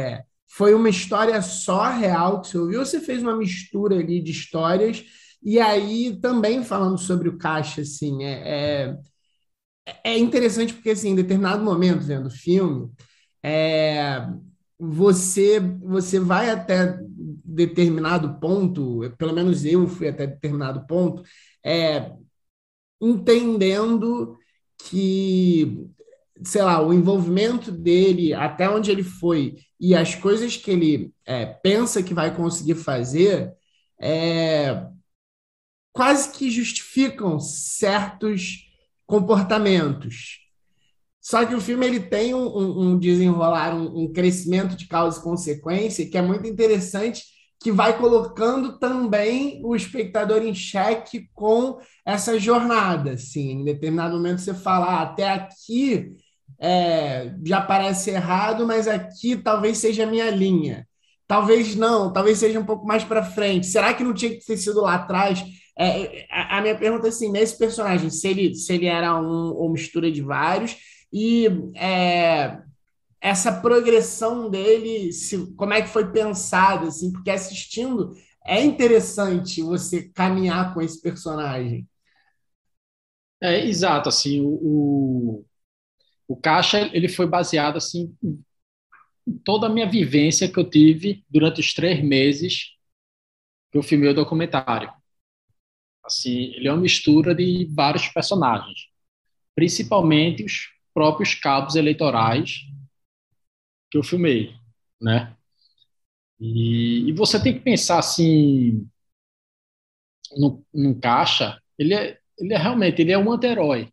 foi uma história só real que você ouviu, ou você fez uma mistura ali de histórias? E aí, também falando sobre o Caixa, assim, é, é, é interessante porque, assim, em determinado momento, vendo o filme, é, você, você vai até determinado ponto, pelo menos eu fui até determinado ponto, é, entendendo que, sei lá, o envolvimento dele, até onde ele foi, e as coisas que ele é, pensa que vai conseguir fazer, é, quase que justificam certos comportamentos. Só que o filme ele tem um, um- um desenrolar, um, um crescimento de causa e consequência que é muito interessante, que vai colocando também o espectador em xeque com essa jornada. Assim, em determinado momento você fala, ah, até aqui é, já parece errado, mas aqui talvez seja a minha linha. Talvez não, talvez seja um pouco mais para frente. Será que não tinha que ter sido lá atrás? É, a, a minha pergunta é assim, nesse personagem, se ele, se ele era um, uma mistura de vários, e é, essa progressão dele, se, como é que foi pensada, assim, porque assistindo é interessante você caminhar com esse personagem. É, exato, assim, o, o, o Caixa, ele foi baseado, assim, em toda a minha vivência que eu tive durante os três meses que eu filmei o documentário. Assim, ele é uma mistura de vários personagens, principalmente os próprios cabos eleitorais que eu filmei, né? E, e você tem que pensar assim, no, no Caixa, ele é, ele é realmente, ele é um anti-herói.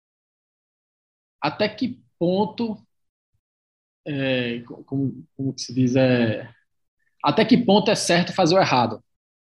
Até que ponto, é, como, como que se diz, é, até que ponto é certo fazer o errado?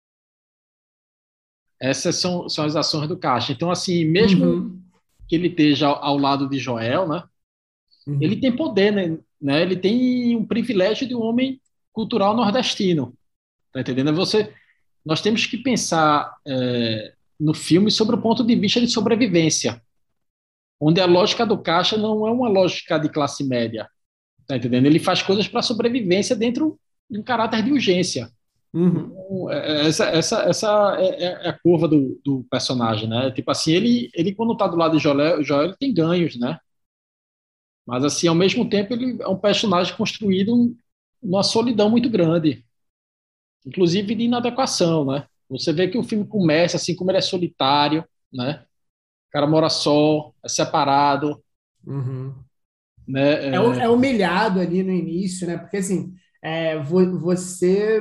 Essas são, são as ações do Caixa. Então, assim, mesmo Uhum, que ele esteja ao, ao lado de Joel, né? Ele uhum, tem poder, né? né? Ele tem um privilégio de um homem cultural nordestino, tá entendendo? Você, nós temos que pensar é, no filme sobre o ponto de vista de sobrevivência, onde a lógica do Caixa não é uma lógica de classe média, tá entendendo? Ele faz coisas para sobrevivência dentro de um caráter de urgência. uhum, Então, é- é- essa, essa, essa é, é a curva do, do personagem, né? Tipo assim, ele, ele quando tá do lado de Joel, Joel ele tem ganhos, né? Mas, assim, ao mesmo tempo, ele é um personagem construído numa solidão muito grande, inclusive de inadequação, né? Você vê que o filme começa assim, como ele é solitário, né? O cara mora só, é separado, uhum. É, hu- né? É, é humilhado ali no início, né? Porque assim, é, vo- você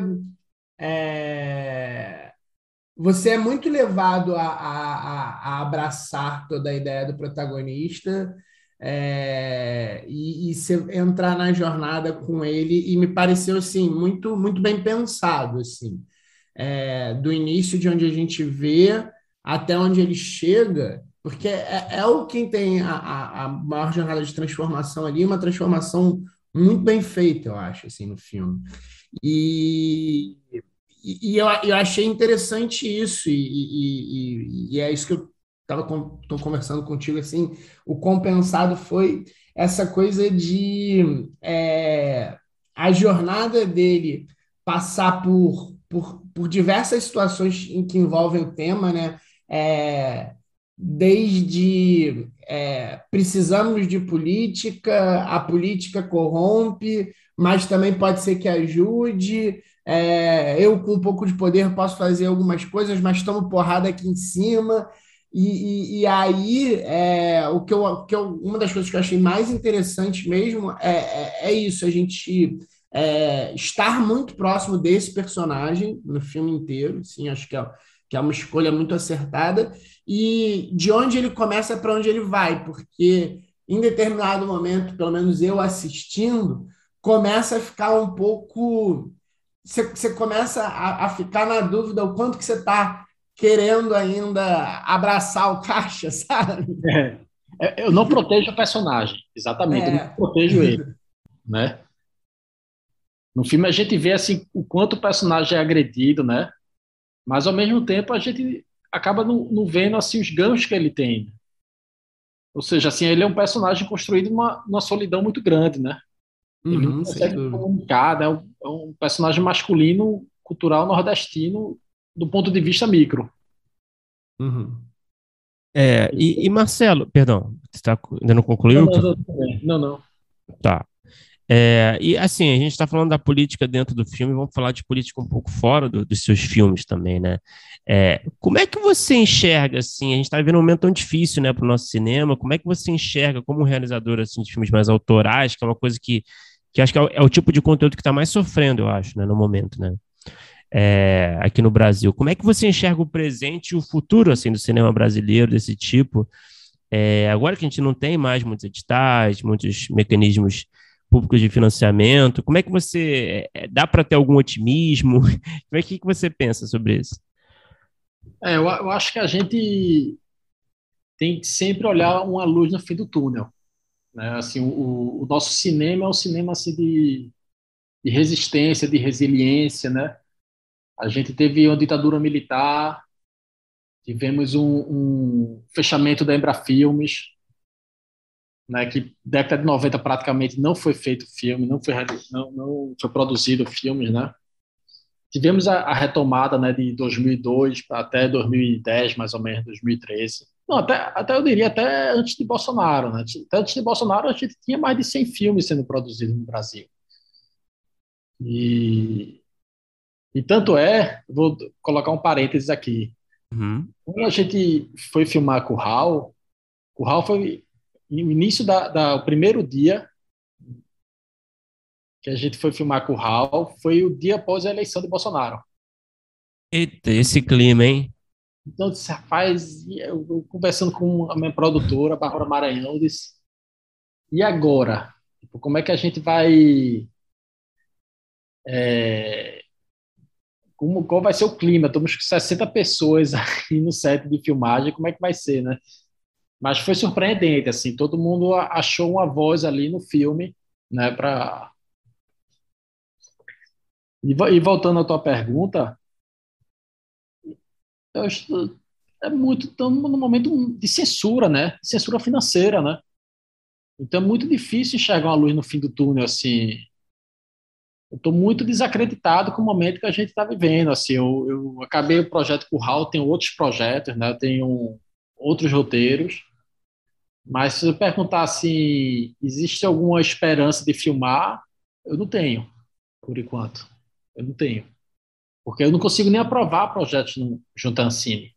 é, você é muito levado a, a, a- a abraçar toda a ideia do protagonista, é, e, e você entrar na jornada com ele, e me pareceu assim, muito, muito bem pensado, assim. É, do início de onde a gente vê até onde ele chega, porque é, é o quem tem a, a, a maior jornada de transformação ali, uma transformação muito bem feita, eu acho, assim, no filme. E, e, e eu, eu achei interessante isso, e, e, e, e é isso que eu estava conversando contigo, assim, o compensado foi essa coisa de é, a jornada dele passar por, por, por diversas situações em que envolvem o tema, né? É, desde é, precisamos de política, a política corrompe, mas também pode ser que ajude. É, eu, com um pouco de poder, posso fazer algumas coisas, mas tomo porrada aqui em cima. E, e, e aí, é, o que eu, o que eu, uma das coisas que eu achei mais interessante mesmo é, é, é isso, a gente é, estar muito próximo desse personagem no filme inteiro, sim, acho que é, que é uma escolha muito acertada, e de onde ele começa para onde ele vai, porque em determinado momento, pelo menos eu assistindo, começa a ficar um pouco. Você, você começa a, a ficar na dúvida o quanto que você está querendo ainda abraçar o caixa, sabe? é, é, eu não protejo o personagem, exatamente, eu não É. protejo ele, né? No filme a gente vê assim o quanto o personagem é agredido, né? Mas ao mesmo tempo a gente acaba não, não vendo assim os ganhos que ele tem. Ou seja, assim, ele é um personagem construído numa, numa solidão muito grande, né? Ele não Uhum, sem consegue dúvida. comunicar, né? É um personagem masculino, cultural nordestino, do ponto de vista micro. Uhum. É, e, e Marcelo, perdão, você tá, ainda não Não, concluiu? não, não, não, não. Tá. É, e assim, a gente está falando da política dentro do filme, vamos falar de política um pouco fora do- dos seus filmes também, né? É, como é que você enxerga, assim, a gente está vivendo um momento tão difícil, né, para o nosso cinema, como é que você enxerga como realizador, assim, de filmes mais autorais, que é uma coisa que, que acho que é o, é o tipo de conteúdo que está mais sofrendo, eu acho, né, no momento, né? É, aqui no Brasil. Como é que você enxerga o presente e o futuro, assim, do cinema brasileiro, desse tipo? É, agora que a gente não tem mais muitos editais, muitos mecanismos públicos de financiamento, como é que você é, dá para ter algum otimismo? Como é que, que você pensa sobre isso? É, eu, eu acho que a gente tem que sempre olhar uma luz no fim do túnel, né? Assim, o, o nosso cinema é um cinema assim, de, de resistência, de resiliência, né? A gente teve uma ditadura militar, tivemos um, um fechamento da Embrafilmes, né? Que década de noventa praticamente não foi feito filme, não foi, não, não foi produzido filmes, né? Tivemos a, a retomada, né, de dois mil e dois até dois mil e dez, mais ou menos, dois mil e treze. Não, até, até eu diria até antes de Bolsonaro, né? Até antes de Bolsonaro a gente tinha mais de cem filmes sendo produzidos no Brasil. E, e tanto é, vou colocar um parênteses aqui. Uhum. Quando a gente foi filmar Curral, Curral foi o início da, da o primeiro dia que a gente foi filmar Curral foi o dia após a eleição de Bolsonaro. Eita, esse clima, hein? Então, eu disse, rapaz, eu, eu conversando com a minha produtora, Bárbara Maranhão, eu disse, e agora? Tipo, como é que a gente vai. É, como, qual vai ser o clima? Estamos com sessenta pessoas aí no set de filmagem, como é que vai ser, né? Mas foi surpreendente, assim, todo mundo achou uma voz ali no filme, né, para. E, e voltando à tua pergunta, eu acho, é muito, estamos num momento de censura, né? Censura financeira, né? Então é muito difícil enxergar uma luz no fim do túnel, assim. Eu estou muito desacreditado com o momento que a gente está vivendo, assim. Eu, eu acabei o projeto Curral, tenho outros projetos, né? Eu tenho outros roteiros, mas se eu perguntar assim, existe alguma esperança de filmar? Eu não tenho, por enquanto. Eu não tenho. Porque eu não consigo nem aprovar projetos no, junto à Ancine.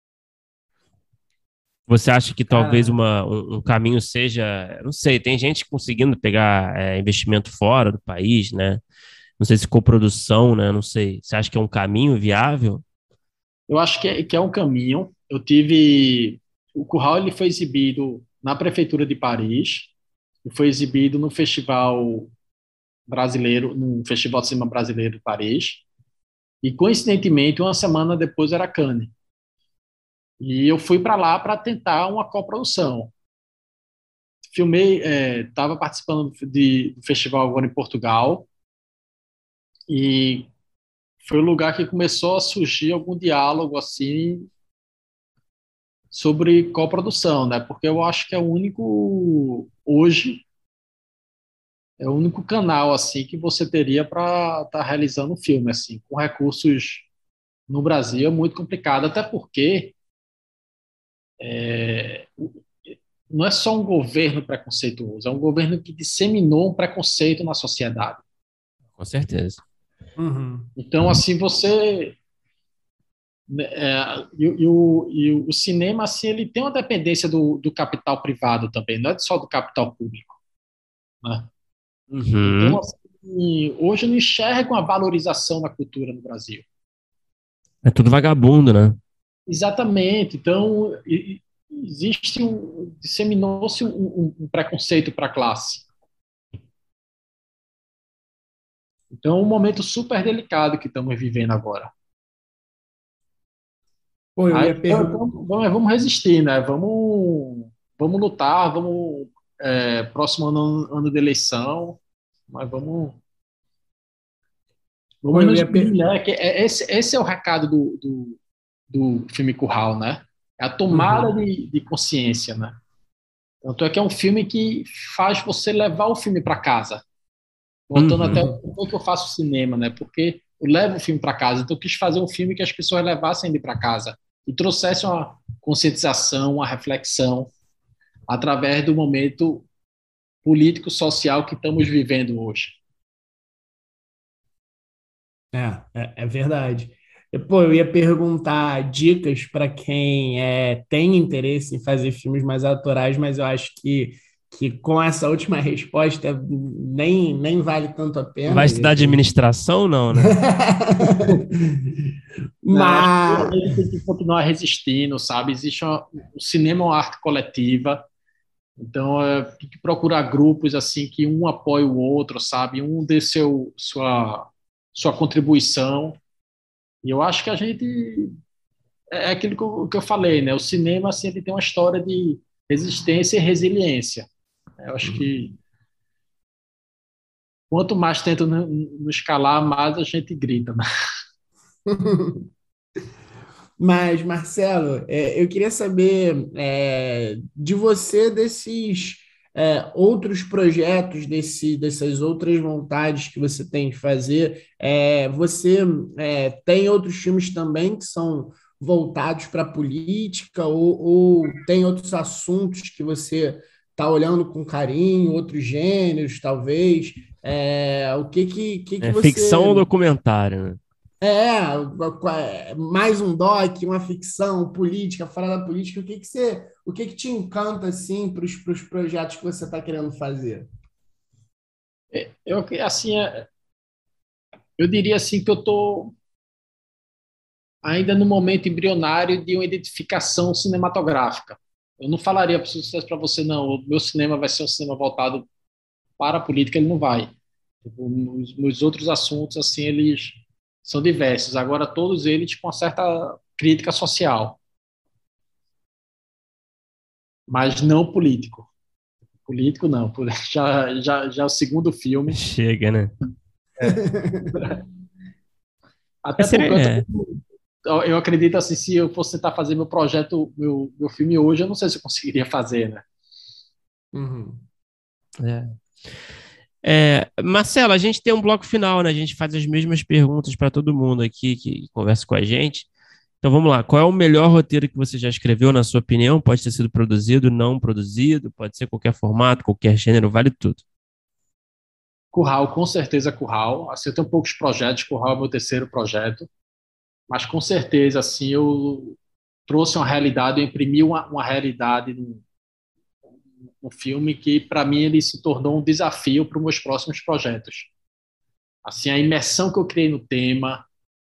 Você acha que talvez Cara, uma, um, um caminho seja, não sei, tem gente conseguindo pegar é, investimento fora do país, né? Não sei se coprodução, né? Não sei. Você acha que é um caminho viável? Eu acho que é, que é um caminho. Eu tive. O Curral ele foi exibido na Prefeitura de Paris, e foi exibido no Festival Brasileiro, no Festival de Cinema Brasileiro de Paris. E, coincidentemente, uma semana depois era Cannes. E eu fui para lá para tentar uma coprodução. Filmei, estava é, participando de, do festival agora em Portugal, e foi o lugar que começou a surgir algum diálogo assim sobre coprodução, né? Porque eu acho que é o único hoje é o único canal assim que você teria para estar tá realizando um filme assim, com recursos no Brasil é muito complicado, até porque é, não é só um governo preconceituoso, é um governo que disseminou um preconceito na sociedade. Com certeza. uhum. Então, assim, você É, e, e, o, e o cinema, assim, ele tem uma dependência do, do capital privado também, não é só do capital público, né? Então, Uhum. assim, hoje eu não enxergo uma valorização da cultura no Brasil. É tudo vagabundo, né? Exatamente. Então, e- e existe um, disseminou-se um, um- um preconceito para a classe. Então, é um momento super delicado que estamos vivendo agora. Pô, eu Aí, ia então, perguntar. então, vamos, vamos resistir, né? Vamos, vamos lutar, vamos, é, próximo ano, ano de eleição, mas vamos, Pô, vamos eu nos ia unir, per... né? Que é, esse, esse é o recado do, do, do filme Curral, né? É a tomada Uhum. de, de consciência, né? Tanto é que é um filme que faz você levar o filme para casa. Voltando até Uhum. como é que eu faço cinema, né? Porque eu levo o filme para casa, então eu quis fazer um filme que as pessoas levassem ele para casa e trouxessem uma conscientização, uma reflexão através do momento político-social que estamos vivendo hoje. É, é, é verdade. E, Pô, eu ia perguntar dicas para quem é, tem interesse em fazer filmes mais autorais, mas eu acho que, que com essa última resposta nem, nem vale tanto a pena. Vai estudar administração, não, né? Não, acho que a Mas, gente tem que continuar resistindo, sabe? Existe uma, o cinema é uma arte coletiva, então é, tem que procurar grupos assim que um apoie o outro, sabe? Um dê seu, sua, sua contribuição. E eu acho que a gente é aquilo que eu, que eu falei, né? O cinema assim, ele tem uma história de resistência e resiliência. Eu acho que quanto mais tenta nos calar, mais a gente grita, né? mas Marcelo, é, eu queria saber é, de você desses é, outros projetos, desse, dessas outras vontades que você tem de fazer. É, você é, tem outros filmes também que são voltados para a política ou, ou tem outros assuntos que você está olhando com carinho, outros gêneros, talvez? É, o que que, que que É ficção você ou documentário, né? é, mais um doc, uma ficção política, fora da política, o que que você, o que que te encanta assim para os projetos que você está querendo fazer? Eu, assim, é, eu diria assim que eu estou ainda no momento embrionário de uma identificação cinematográfica. Eu não falaria para você, não, o meu cinema vai ser um cinema voltado para a política, ele não vai. Tipo, nos, nos outros assuntos, assim, eles são diversos. Agora, todos eles com uma certa crítica social, mas não político. Político, não. Já, já, já é o segundo filme. Chega, né? É, Até seria, porque eu, é. eu eu acredito assim, se eu fosse tentar fazer meu projeto, meu, meu filme hoje, eu não sei se eu conseguiria fazer, né? Uhum. É. É, Marcelo, a gente tem um bloco final, né? A gente faz as mesmas perguntas para todo mundo aqui que conversa com a gente. Então vamos lá. Qual é o melhor roteiro que você já escreveu, na sua opinião? Pode ter sido produzido, não produzido, pode ser qualquer formato, qualquer gênero, vale tudo. Curral, com certeza Curral. Assim, eu tenho poucos projetos, Curral é meu terceiro projeto, mas com certeza, assim, eu trouxe uma realidade, eu imprimi uma, uma realidade no, no filme que, para mim, ele se tornou um desafio para os meus próximos projetos. Assim, a imersão que eu criei no tema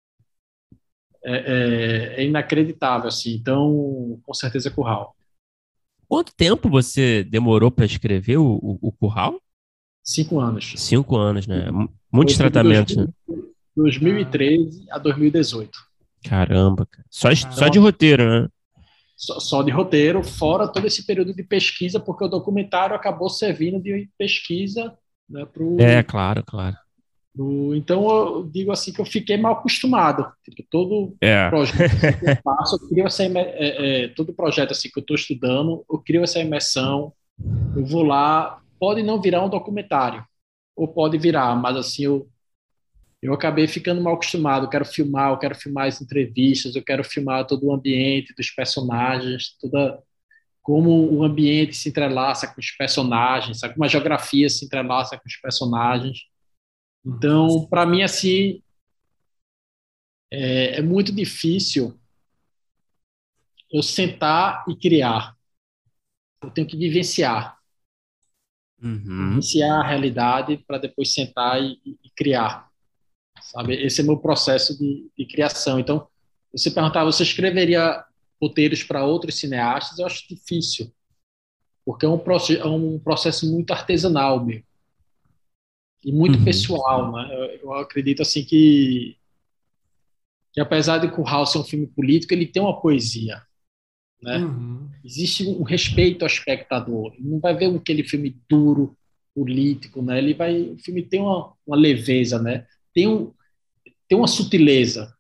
é, é, é inacreditável, assim. Então, com certeza Curral. Quanto tempo você demorou para escrever o, o, o Curral? Cinco anos. Cinco anos, né? M- Muitos Foi de tratamentos, né? dois mil e Ah, treze a dois mil e dezoito. Caramba, cara. Só, es- só de Então, caramba. roteiro, né? só, só de roteiro, fora todo esse período de pesquisa, porque o documentário acabou servindo de pesquisa, né, É, pro, claro, claro. pro, então eu digo assim que eu fiquei mal acostumado. Tipo, todo É. projeto assim, que eu faço, eu crio essa, imer- é, é, todo projeto assim que eu estou estudando, eu crio essa imersão, eu vou lá, pode não virar um documentário, ou pode virar, mas assim, eu eu acabei ficando mal acostumado. Eu quero filmar, eu quero filmar as entrevistas, eu quero filmar todo o ambiente dos personagens, toda como o ambiente se entrelaça com os personagens, sabe? Como a geografia se entrelaça com os personagens. Então, para mim, assim, é, é muito difícil eu sentar e criar. Eu tenho que vivenciar, Uhum. vivenciar a realidade para depois sentar e, e criar, sabe? Esse é o meu processo de, de criação. Então, você perguntar, você escreveria roteiros para outros cineastas? Eu acho difícil, porque é um, proce- é um processo muito artesanal mesmo, e muito Uhum. pessoal, né? Eu, eu acredito assim que, que apesar de Curral ser um filme político, ele tem uma poesia, né? Uhum. Existe um respeito ao espectador. Ele não vai ver aquele filme duro, político, né? Ele vai, o filme tem uma, uma leveza, né? Tem um, tem uma sutileza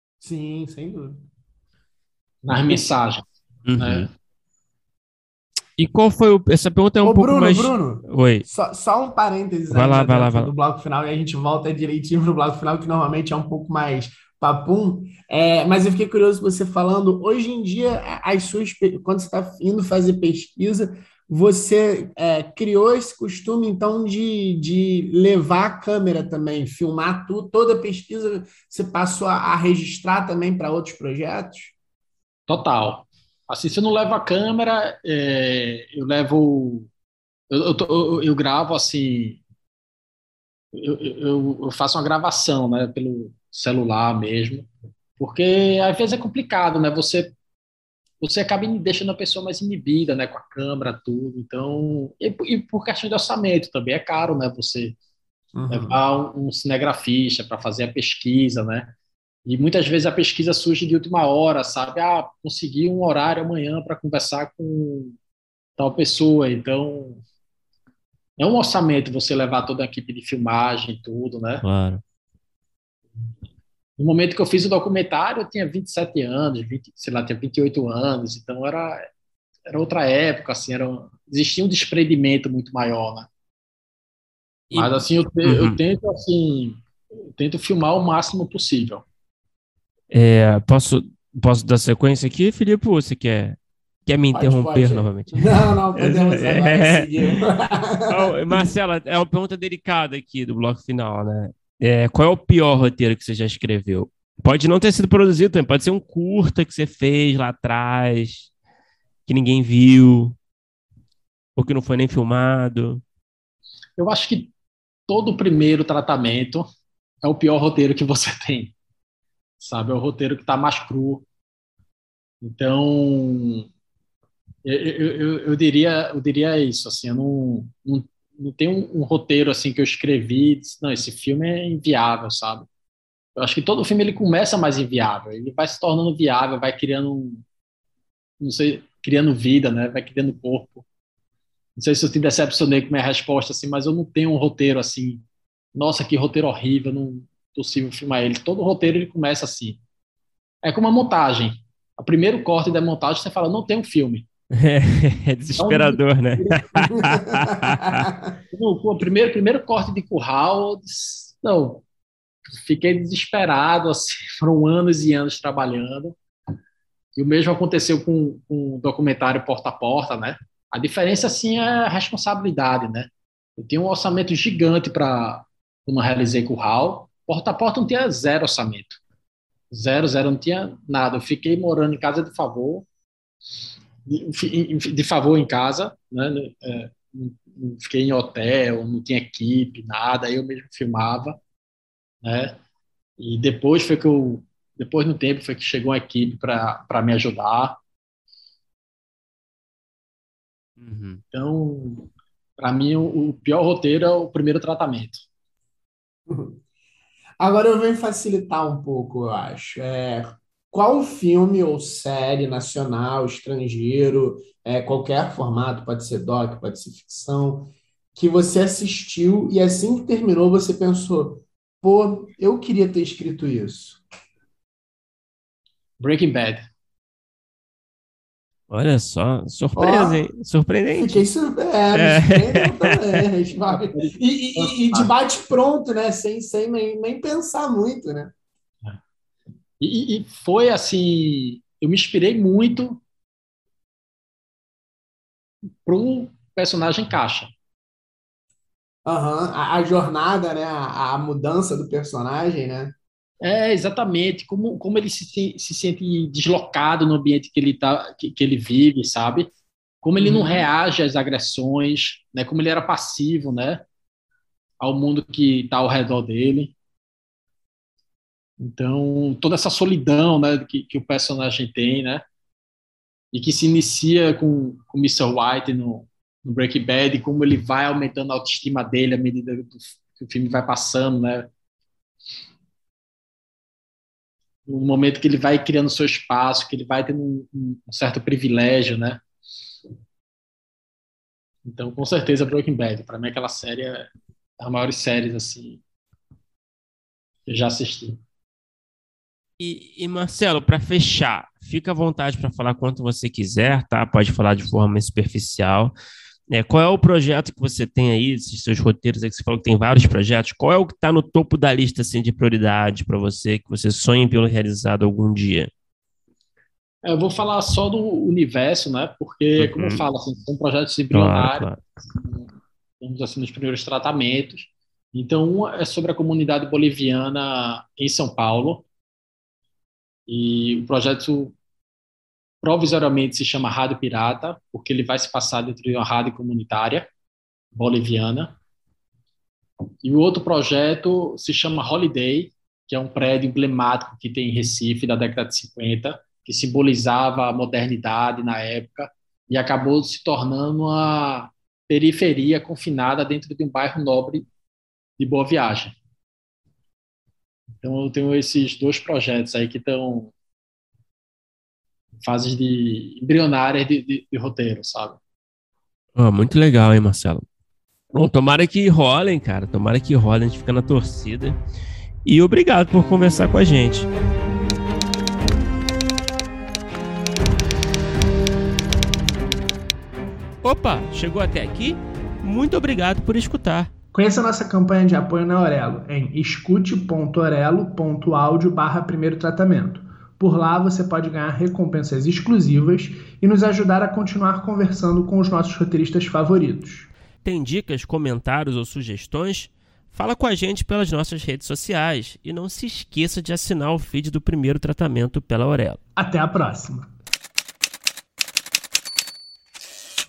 Sim, sem dúvida. nas E- mensagens, né? uhum. E qual foi o... Essa pergunta é um Ô, pouco Bruno, mais... Bruno, Oi. só, só um parênteses Vai lá, ainda vai lá, vai dentro lá. do bloco final e a gente volta direitinho pro bloco final, que normalmente é um pouco mais papum. É, mas eu fiquei curioso você falando, hoje em dia, a- as suas, pe- quando você está indo fazer pesquisa, você é, criou esse costume, então, de, de levar a câmera também, filmar tudo, toda a pesquisa, você passou a, a registrar também para outros projetos? Total. Assim, se eu não levo a câmera, é, eu levo. Eu, eu, tô- eu- eu gravo assim. Eu, eu, eu faço uma gravação, né, pelo celular mesmo, porque às vezes é complicado, né? Você, você acaba deixando a pessoa mais inibida, né, com a câmera, tudo. Então, e, e por questão de orçamento também é caro, né? Você Uhum. levar um, um cinegrafista para fazer a pesquisa, né? E muitas vezes a pesquisa surge de última hora, sabe? Ah, consegui um horário amanhã para conversar com tal pessoa. Então, é um orçamento você levar toda a equipe de filmagem, e tudo, né? Claro. No momento que eu fiz o documentário, eu tinha vinte e sete anos, vinte, sei lá, tinha vinte e oito anos, então era, era outra época, assim, era, um- existia um desprendimento muito maior, né? E... Mas, assim, eu, te- eu Uhum. tento, assim, eu tento filmar o máximo possível. É, posso, posso dar sequência aqui, Felipe, ou você quer, quer me Pode, interromper pode. novamente? Não, não, podemos agora É, seguir. Ó, Marcela, é uma pergunta delicada aqui do bloco final, né? É, qual é o pior roteiro que você já escreveu? Pode não ter sido produzido também, pode ser um curta que você fez lá atrás, que ninguém viu, ou que não foi nem filmado. Eu acho que todo primeiro tratamento é o pior roteiro que você tem, sabe? É o roteiro que está mais cru. Então, eu, eu, eu, eu diria, eu diria isso, assim, eu não, não, não tenho um, um roteiro assim que eu escrevi, e disse, não, esse filme é inviável, sabe? Eu acho que todo filme ele começa mais inviável, ele vai se tornando viável, vai criando, um- não sei, criando vida, né? Vai criando corpo. Não sei se eu te decepcionei com minha resposta, assim, mas eu não tenho um roteiro assim, nossa, que roteiro horrível, não é possível filmar ele. Todo roteiro ele começa assim. É como a montagem. O primeiro corte da montagem você fala, não tem um filme. É, é Então, desesperador, né? no, o primeiro, primeiro corte de curral, eu disse, não, fiquei desesperado, assim, foram anos e anos trabalhando. E o mesmo aconteceu com, com o documentário Porta a Porta, né? A diferença, assim, é a responsabilidade, né? Eu tinha um orçamento gigante para quando eu realizei Curral. Porta a Porta não tinha zero orçamento. Zero, zero, não tinha nada. Eu fiquei morando em casa de favor, de, de favor em casa, né? É, não, não fiquei em hotel, não tinha equipe, nada. Eu mesmo filmava, né? E depois foi que eu, depois no tempo foi que chegou uma equipe para para me ajudar. Uhum. Então, para mim, o, o pior roteiro é o primeiro tratamento. Agora eu venho facilitar um pouco, eu acho. É, qual filme ou série nacional, estrangeiro, é, qualquer formato, pode ser doc, pode ser ficção, que você assistiu e assim que terminou você pensou, pô, eu queria ter escrito isso. Breaking Bad. Olha só, Ó, surpresa, hein? fiquei Surpreendente. surpreso, é, me É. surpreendeu também. Uma Vai. série E, e, e de fantástica. bate pronto, né? Sem, sem nem, nem pensar muito, né? E, e foi assim, eu me inspirei muito pro personagem Caixa. Aham, A, a jornada, né? A, a mudança do personagem, né? É, exatamente, como, como ele se, se se sente deslocado no ambiente que ele, tá, que, que ele vive, sabe? Como ele não Uhum. reage às agressões, né? Como ele era passivo, né? Ao mundo que está ao redor dele. Então, toda essa solidão, né, que, que o personagem tem, né? E que se inicia com, com o mister White no, no Breaking Bad, e como ele vai aumentando a autoestima dele à medida do, que o filme vai passando, né? No momento que ele vai criando seu espaço, que ele vai tendo um, um, um certo privilégio, né? Então, com certeza, Breaking Bad, para mim, aquela série é das maiores séries assim que eu já assisti. E, e Marcelo, para fechar, fica à vontade para falar quanto você quiser, tá? Pode falar de forma superficial. É, qual é o projeto que você tem aí, esses seus roteiros aí que você falou que tem vários projetos, qual é o que está no topo da lista assim, de prioridade para você, que você sonha em vê-lo realizado algum dia? Eu vou falar só do universo, né? Porque, como eu Uhum. falo, assim, são projetos Claro, embrionários, claro. estamos assim nos primeiros tratamentos. Então, um é sobre a comunidade boliviana em São Paulo, e o projeto provisoriamente se chama Rádio Pirata, porque ele vai se passar dentro de uma rádio comunitária boliviana. E o outro projeto se chama Holiday, que é um prédio emblemático que tem em Recife, da década de cinquenta, que simbolizava a modernidade na época e acabou se tornando uma periferia confinada dentro de um bairro nobre de Boa Viagem. Então eu tenho esses dois projetos aí que estão em fases de embrionárias de, de, de roteiro, sabe? Oh, muito legal, hein, Marcelo? Bom, tomara que rolem, cara. Tomara que rolem, a gente fica na torcida. E obrigado por conversar com a gente. Opa, chegou até aqui? Muito obrigado por escutar. Conheça a nossa campanha de apoio na Orelo em escute ponto orelo ponto audio barra primeiro tratamento. Por lá você pode ganhar recompensas exclusivas e nos ajudar a continuar conversando com os nossos roteiristas favoritos. Tem dicas, comentários ou sugestões? Fala com a gente pelas nossas redes sociais e não se esqueça de assinar o feed do Primeiro Tratamento pela Orelo. Até a próxima!